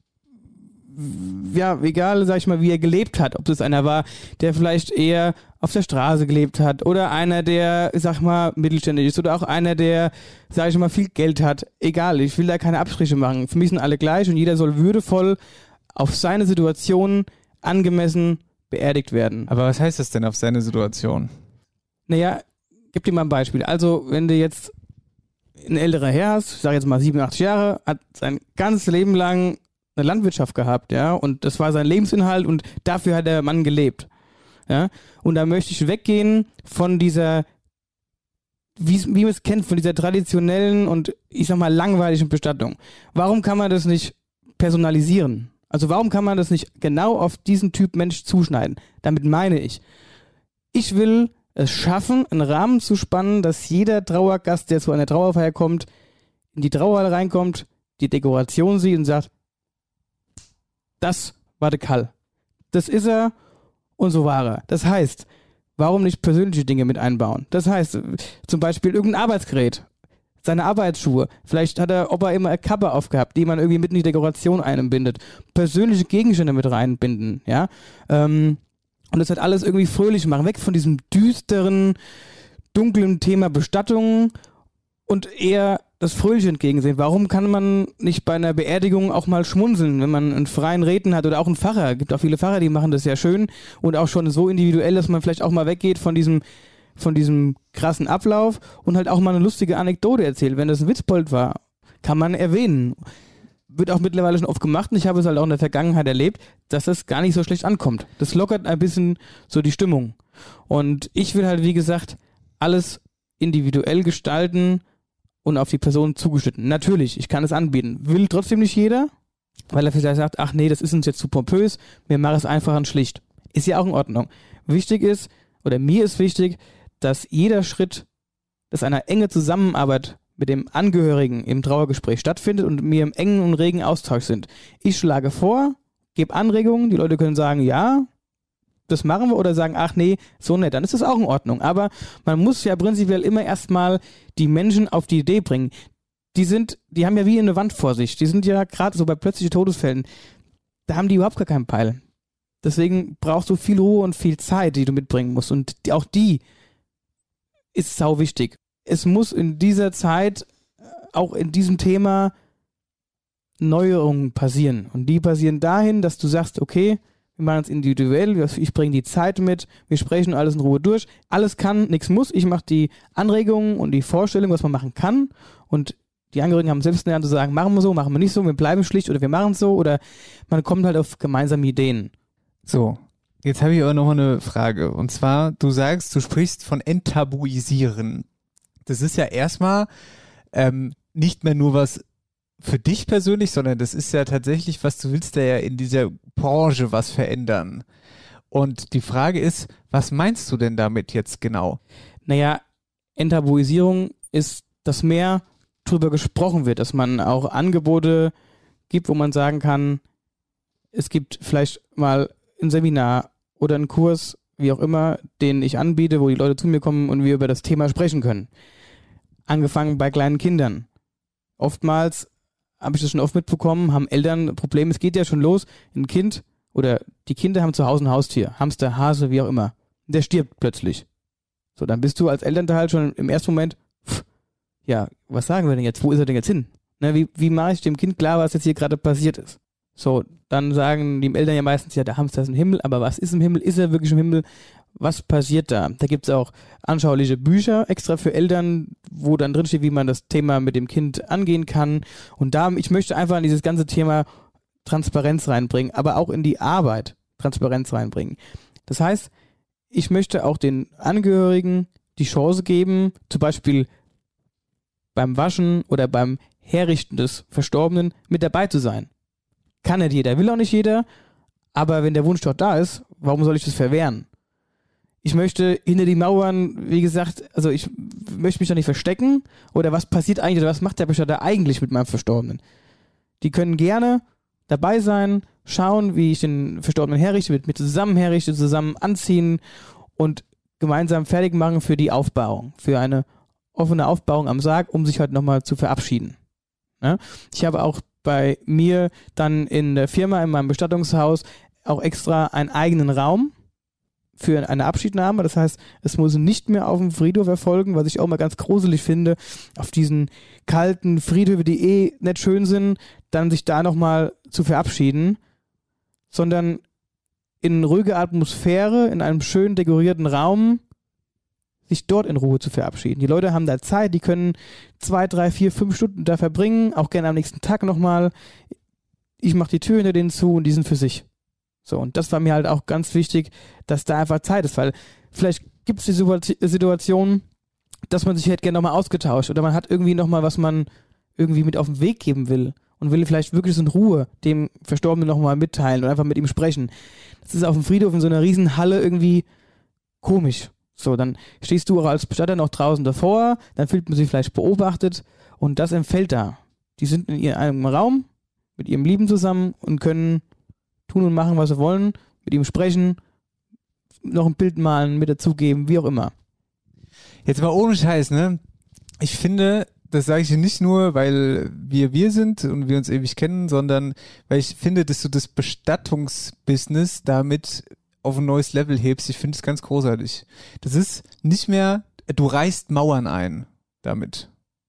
sag ich mal, wie er gelebt hat, ob das einer war, der vielleicht eher auf der Straße gelebt hat oder einer, der, sag ich mal, mittelständig ist oder auch einer, der, sag ich mal, viel Geld hat. Egal, ich will da keine Abstriche machen. Für mich sind alle gleich und jeder soll würdevoll auf seine Situation angemessen beerdigt werden. Aber was heißt das denn auf seine Situation? Naja, gib dir mal ein Beispiel. Also, wenn du jetzt ein älterer Herr hast, ich sage jetzt mal 87 Jahre, hat sein ganzes Leben lang eine Landwirtschaft gehabt, ja, und das war sein Lebensinhalt und dafür hat der Mann gelebt, ja, und da möchte ich weggehen von dieser, wie man es kennt, von dieser traditionellen und, ich sag mal, langweiligen Bestattung. Warum kann man das nicht personalisieren? Also warum kann man das nicht genau auf diesen Typ Mensch zuschneiden? Damit meine ich will es schaffen, einen Rahmen zu spannen, dass jeder Trauergast, der zu einer Trauerfeier kommt, in die Trauerhalle reinkommt, die Dekoration sieht und sagt, das war der Karl. Das ist er und so weiter. Das heißt, warum nicht persönliche Dinge mit einbauen? Das heißt, zum Beispiel irgendein Arbeitsgerät, seine Arbeitsschuhe. Vielleicht hat der Opa immer eine Kappe aufgehabt, die man irgendwie mitten in die Dekoration einbindet. Persönliche Gegenstände mit reinbinden, ja. Und das halt alles irgendwie fröhlich machen. Weg von diesem düsteren, dunklen Thema Bestattung und eher das Fröhliche entgegensehen. Warum kann man nicht bei einer Beerdigung auch mal schmunzeln, wenn man einen freien Redner hat oder auch einen Pfarrer? Es gibt auch viele Pfarrer, die machen das sehr schön und auch schon so individuell, dass man vielleicht auch mal weggeht von diesem krassen Ablauf und halt auch mal eine lustige Anekdote erzählt. Wenn das ein Witzbold war, kann man erwähnen. Wird auch mittlerweile schon oft gemacht und ich habe es halt auch in der Vergangenheit erlebt, dass das gar nicht so schlecht ankommt. Das lockert ein bisschen so die Stimmung. Und ich will halt, wie gesagt, alles individuell gestalten und auf die Person zugeschnitten. Natürlich, ich kann es anbieten. Will trotzdem nicht jeder, weil er vielleicht sagt, ach nee, das ist uns jetzt zu pompös, wir machen es einfach und schlicht. Ist ja auch in Ordnung. Wichtig ist, oder mir ist wichtig, dass jeder Schritt, dass eine enge Zusammenarbeit mit dem Angehörigen im Trauergespräch stattfindet und wir im engen und regen Austausch sind. Ich schlage vor, gebe Anregungen, die Leute können sagen, ja, das machen wir, oder sagen, ach nee, so nicht, dann ist das auch in Ordnung. Aber man muss ja prinzipiell immer erstmal die Menschen auf die Idee bringen. Die haben ja wie eine Wand vor sich. Die sind ja gerade so bei plötzlichen Todesfällen, da haben die überhaupt gar keinen Peil. Deswegen brauchst du viel Ruhe und viel Zeit, die du mitbringen musst. Und auch die ist sau wichtig. Es muss in dieser Zeit, auch in diesem Thema, Neuerungen passieren. Und die passieren dahin, dass du sagst, okay, wir machen es individuell, ich bringe die Zeit mit, wir sprechen alles in Ruhe durch. Alles kann, nichts muss. Ich mache die Anregungen und die Vorstellung, was man machen kann. Und die Angehörigen haben selbst in der Hand zu sagen, machen wir so, machen wir nicht so, wir bleiben schlicht oder wir machen es so. Oder man kommt halt auf gemeinsame Ideen. So, jetzt habe ich aber noch eine Frage. Und zwar, du sagst, du sprichst von enttabuisieren. Das ist ja erstmal nicht mehr nur was für dich persönlich, sondern das ist ja tatsächlich, was du willst, ja in dieser Branche was verändern. Und die Frage ist, was meinst du denn damit jetzt genau? Naja, Enttabuisierung ist, dass mehr drüber gesprochen wird, dass man auch Angebote gibt, wo man sagen kann, es gibt vielleicht mal ein Seminar oder einen Kurs, wie auch immer, den ich anbiete, wo die Leute zu mir kommen und wir über das Thema sprechen können. Angefangen bei kleinen Kindern. Oftmals habe ich das schon oft mitbekommen, haben Eltern Probleme, es geht ja schon los, ein Kind oder die Kinder haben zu Hause ein Haustier, Hamster, Hase, wie auch immer. Der stirbt plötzlich. So, dann bist du als Elternteil schon im ersten Moment, ja, was sagen wir denn jetzt? Wo ist er denn jetzt hin? Ne, wie mache ich dem Kind klar, was jetzt hier gerade passiert ist? So, dann sagen die Eltern ja meistens, ja, der Hamster ist im Himmel, aber was ist im Himmel? Ist er wirklich im Himmel? Was passiert da? Da gibt es auch anschauliche Bücher extra für Eltern, wo dann drin steht, wie man das Thema mit dem Kind angehen kann. Und ich möchte einfach in dieses ganze Thema Transparenz reinbringen, aber auch in die Arbeit Transparenz reinbringen. Das heißt, ich möchte auch den Angehörigen die Chance geben, zum Beispiel beim Waschen oder beim Herrichten des Verstorbenen mit dabei zu sein. Kann nicht jeder, will auch nicht jeder, aber wenn der Wunsch dort da ist, warum soll ich das verwehren? Ich möchte hinter die Mauern, wie gesagt, also ich möchte mich doch nicht verstecken, oder was passiert eigentlich, oder was macht der Bestatter eigentlich mit meinem Verstorbenen? Die können gerne dabei sein, schauen, wie ich den Verstorbenen herrichte, mit mir zusammen herrichte, zusammen anziehen und gemeinsam fertig machen für die Aufbauung, für eine offene Aufbauung am Sarg, um sich halt nochmal zu verabschieden. Ja? Ich habe auch bei mir dann in der Firma, in meinem Bestattungshaus, auch extra einen eigenen Raum für eine Abschiednahme. Das heißt, es muss nicht mehr auf dem Friedhof erfolgen, was ich auch mal ganz gruselig finde, auf diesen kalten Friedhöfen, die nicht schön sind, dann sich da nochmal zu verabschieden, sondern in ruhiger Atmosphäre, in einem schön dekorierten Raum, sich dort in Ruhe zu verabschieden. Die Leute haben da Zeit, die können 2, 3, 4, 5 Stunden da verbringen, auch gerne am nächsten Tag nochmal. Ich mache die Tür hinter denen zu und die sind für sich. So, und das war mir halt auch ganz wichtig, dass da einfach Zeit ist, weil vielleicht gibt es die Situation, dass man sich halt gerne nochmal ausgetauscht oder man hat irgendwie nochmal, was man irgendwie mit auf den Weg geben will und will vielleicht wirklich so in Ruhe dem Verstorbenen nochmal mitteilen und einfach mit ihm sprechen. Das ist auf dem Friedhof in so einer riesen Halle irgendwie komisch. So, dann stehst du auch als Bestatter noch draußen davor, dann fühlt man sich vielleicht beobachtet und das entfällt da. Die sind in einem Raum mit ihrem Lieben zusammen und können tun und machen, was sie wollen, mit ihm sprechen, noch ein Bild malen, mit dazugeben, wie auch immer. Jetzt mal ohne Scheiß, ne? Ich finde, das sage ich dir nicht nur, weil wir sind und wir uns ewig kennen, sondern weil ich finde, dass du das Bestattungsbusiness damit auf ein neues Level hebst. Ich finde es ganz großartig. Das ist nicht mehr, du reißt Mauern ein damit.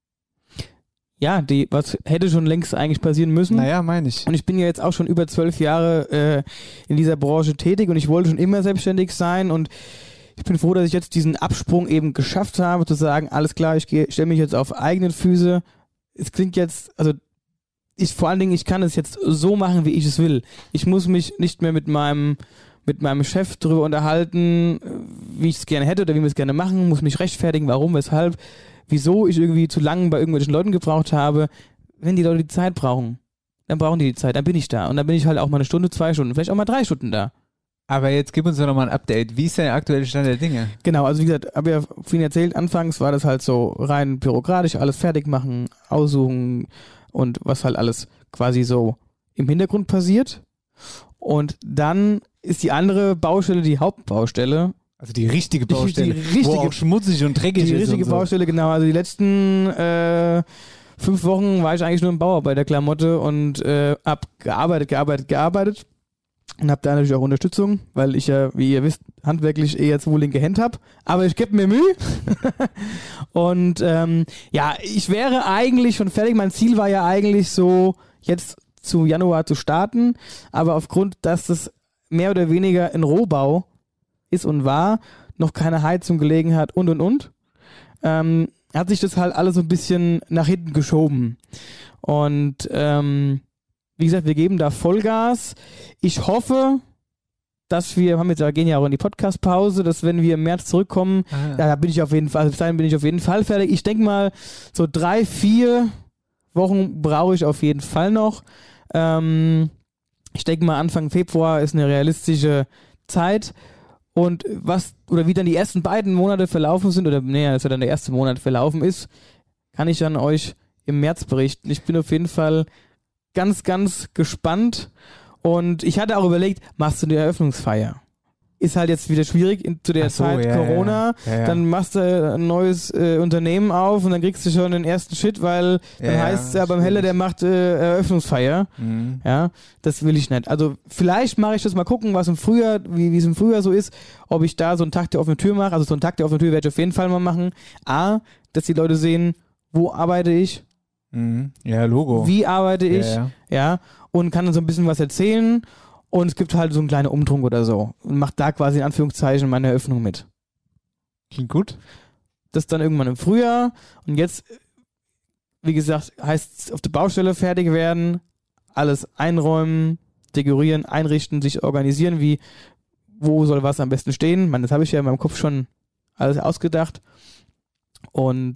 Ja, was hätte schon längst eigentlich passieren müssen. Naja, meine ich. Und ich bin ja jetzt auch schon über 12 Jahre in dieser Branche tätig und ich wollte schon immer selbstständig sein und ich bin froh, dass ich jetzt diesen Absprung eben geschafft habe, zu sagen, alles klar, ich stelle mich jetzt auf eigenen Füße. Es klingt jetzt, also vor allen Dingen, ich kann es jetzt so machen, wie ich es will. Ich muss mich nicht mehr mit meinem Chef darüber unterhalten, wie ich es gerne hätte oder wie wir es gerne machen, muss mich rechtfertigen, warum, weshalb, wieso ich irgendwie zu lange bei irgendwelchen Leuten gebraucht habe. Wenn die Leute die Zeit brauchen, dann brauchen die Zeit, dann bin ich da. Und dann bin ich halt auch mal eine Stunde, 2 Stunden, vielleicht auch mal 3 Stunden da. Aber jetzt gib uns doch nochmal ein Update. Wie ist der aktuelle Stand der Dinge? Genau, also wie gesagt, habe ja vorhin erzählt, anfangs war das halt so rein bürokratisch, alles fertig machen, aussuchen und was halt alles quasi so im Hintergrund passiert. Und dann ist die andere Baustelle die Hauptbaustelle. Also die richtige Baustelle, wo auch schmutzig und dreckig ist. Die richtige Baustelle, genau. Also die letzten 5 Wochen war ich eigentlich nur im Bauarbeiterklamotte und hab gearbeitet. Und habe da natürlich auch Unterstützung, weil ich ja, wie ihr wisst, handwerklich eher zu linke Hände habe. Aber ich gebe mir Mühe. Und ja, ich wäre eigentlich schon fertig. Mein Ziel war ja eigentlich so, jetzt zu Januar zu starten. Aber aufgrund, dass das mehr oder weniger ein Rohbau ist und war, noch keine Heizung gelegen hat und, hat sich das halt alles so ein bisschen nach hinten geschoben. Und wie gesagt, wir geben da Vollgas. Ich hoffe, dass wir gehen ja auch in die Podcast-Pause, dass wenn wir im März zurückkommen, da bin ich auf jeden Fall, bis dahin bin ich auf jeden Fall fertig. Ich denke mal, so 3-4 Wochen brauche ich auf jeden Fall noch. Ich denke mal, Anfang Februar ist eine realistische Zeit. Und wie dann die ersten beiden Monate verlaufen sind, dass dann der erste Monat verlaufen ist, kann ich dann euch im März berichten. Ich bin auf jeden Fall ganz, ganz gespannt und ich hatte auch überlegt, machst du eine Eröffnungsfeier? Ist halt jetzt wieder schwierig zu der Zeit Corona, dann machst du ein neues Unternehmen auf und dann kriegst du schon den ersten Shit, weil dann heißt es ja beim Heller, der macht Eröffnungsfeier. Mhm. Ja, das will ich nicht. Also vielleicht mache ich das mal gucken, was im Frühjahr, wie es im Frühjahr so ist, ob ich da so einen Tag der offenen Tür mache. Also so einen Tag der offenen Tür werde ich auf jeden Fall mal machen. Dass die Leute sehen, wo arbeite ich, ja, Logo. wie arbeite ich, ja, und kann dann so ein bisschen was erzählen und es gibt halt so einen kleinen Umtrunk oder so und macht da quasi in Anführungszeichen meine Eröffnung mit. Klingt gut. Das dann irgendwann im Frühjahr und jetzt, wie gesagt, heißt es auf der Baustelle fertig werden, alles einräumen, dekorieren, einrichten, sich organisieren, wo soll was am besten stehen. Das habe ich ja in meinem Kopf schon alles ausgedacht und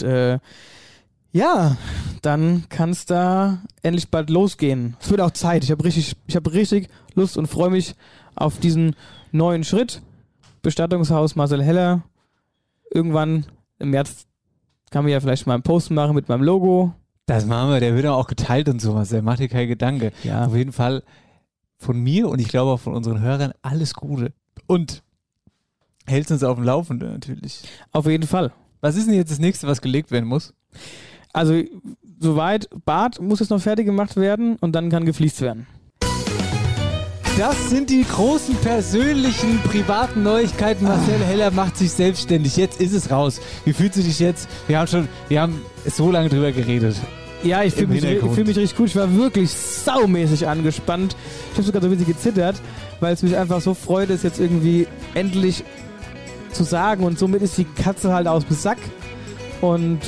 ja, dann kann es da endlich bald losgehen. Es wird auch Zeit. Ich habe richtig Lust und freue mich auf diesen neuen Schritt. Bestattungshaus Marcel Heller. Irgendwann im März kann man ja vielleicht mal einen Post machen mit meinem Logo. Das machen wir. Der wird auch geteilt und sowas. Der macht dir keinen Gedanke. Ja. Auf jeden Fall von mir und ich glaube auch von unseren Hörern alles Gute. Und hältst uns auf dem Laufenden natürlich. Auf jeden Fall. Was ist denn jetzt das nächste, was gelegt werden muss? Also, soweit, Bad muss jetzt noch fertig gemacht werden und dann kann gefliest werden. Das sind die großen persönlichen, privaten Neuigkeiten. Marcel Heller macht sich selbstständig. Jetzt ist es raus. Wie fühlst du dich jetzt? Wir haben so lange drüber geredet. Ja, ich fühle mich richtig gut. Ich war wirklich saumäßig angespannt. Ich habe sogar so ein bisschen gezittert, weil es mich einfach so freut, es jetzt irgendwie endlich zu sagen. Und somit ist die Katze halt aus dem Sack. Und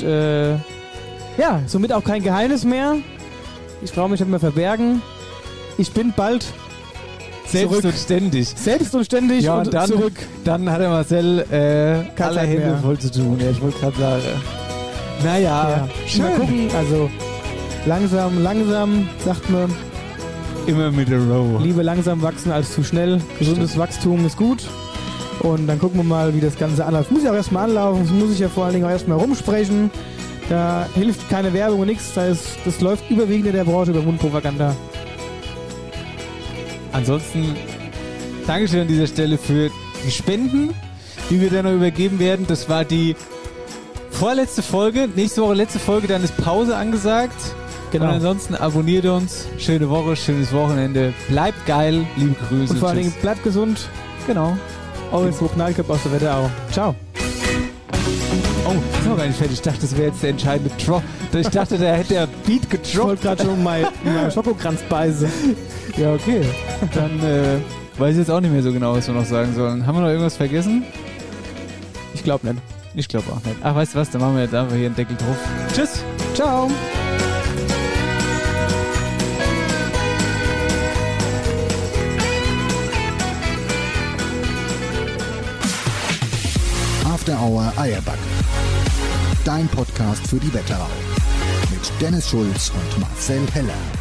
ja, somit auch kein Geheimnis mehr. Ich brauche mich nicht mehr verbergen. Ich bin bald selbst und ständig. Selbst und ständig ja, und dann, zurück. Dann hat der Marcel alle Hände voll zu tun. Ja, ich wollte gerade sagen. Naja, schön. Mal gucken, also langsam, sagt man. Immer mit der Row. Lieber langsam wachsen als zu schnell. Gesundes Wachstum ist gut. Und dann gucken wir mal, wie das Ganze anläuft. Muss ja auch erstmal anlaufen. Das muss ich ja vor allen Dingen auch erstmal rumsprechen. Da hilft keine Werbung und nichts. Das läuft überwiegend in der Branche über Mundpropaganda. Ansonsten, Dankeschön an dieser Stelle für die Spenden, die wir dann noch übergeben werden. Das war die vorletzte Folge. Nächste Woche letzte Folge, dann ist Pause angesagt. Genau. Und ansonsten abonniert uns. Schöne Woche, schönes Wochenende. Bleibt geil. Liebe Grüße. Und vor allen Tschüss. Dingen bleibt gesund. Genau. Eure Knallköpfe aus der Wetterau. Ciao. Oh, das ist noch gar nicht fertig. Ich dachte, das wäre jetzt der entscheidende Drop. Ich dachte, da hätte der Beat Ich wollte gedroppt. gerade schon mal Schokokranz beißen. Ja, okay. Dann weiß ich jetzt auch nicht mehr so genau, was wir noch sagen sollen. Haben wir noch irgendwas vergessen? Ich glaube nicht. Ich glaube auch nicht. Ach, weißt du was? Dann machen wir jetzt einfach hier einen Deckel drauf. Tschüss. Ciao. After Hour Eierback. Dein Podcast für die Wetterau. Mit Dennis Schulz und Marcel Heller.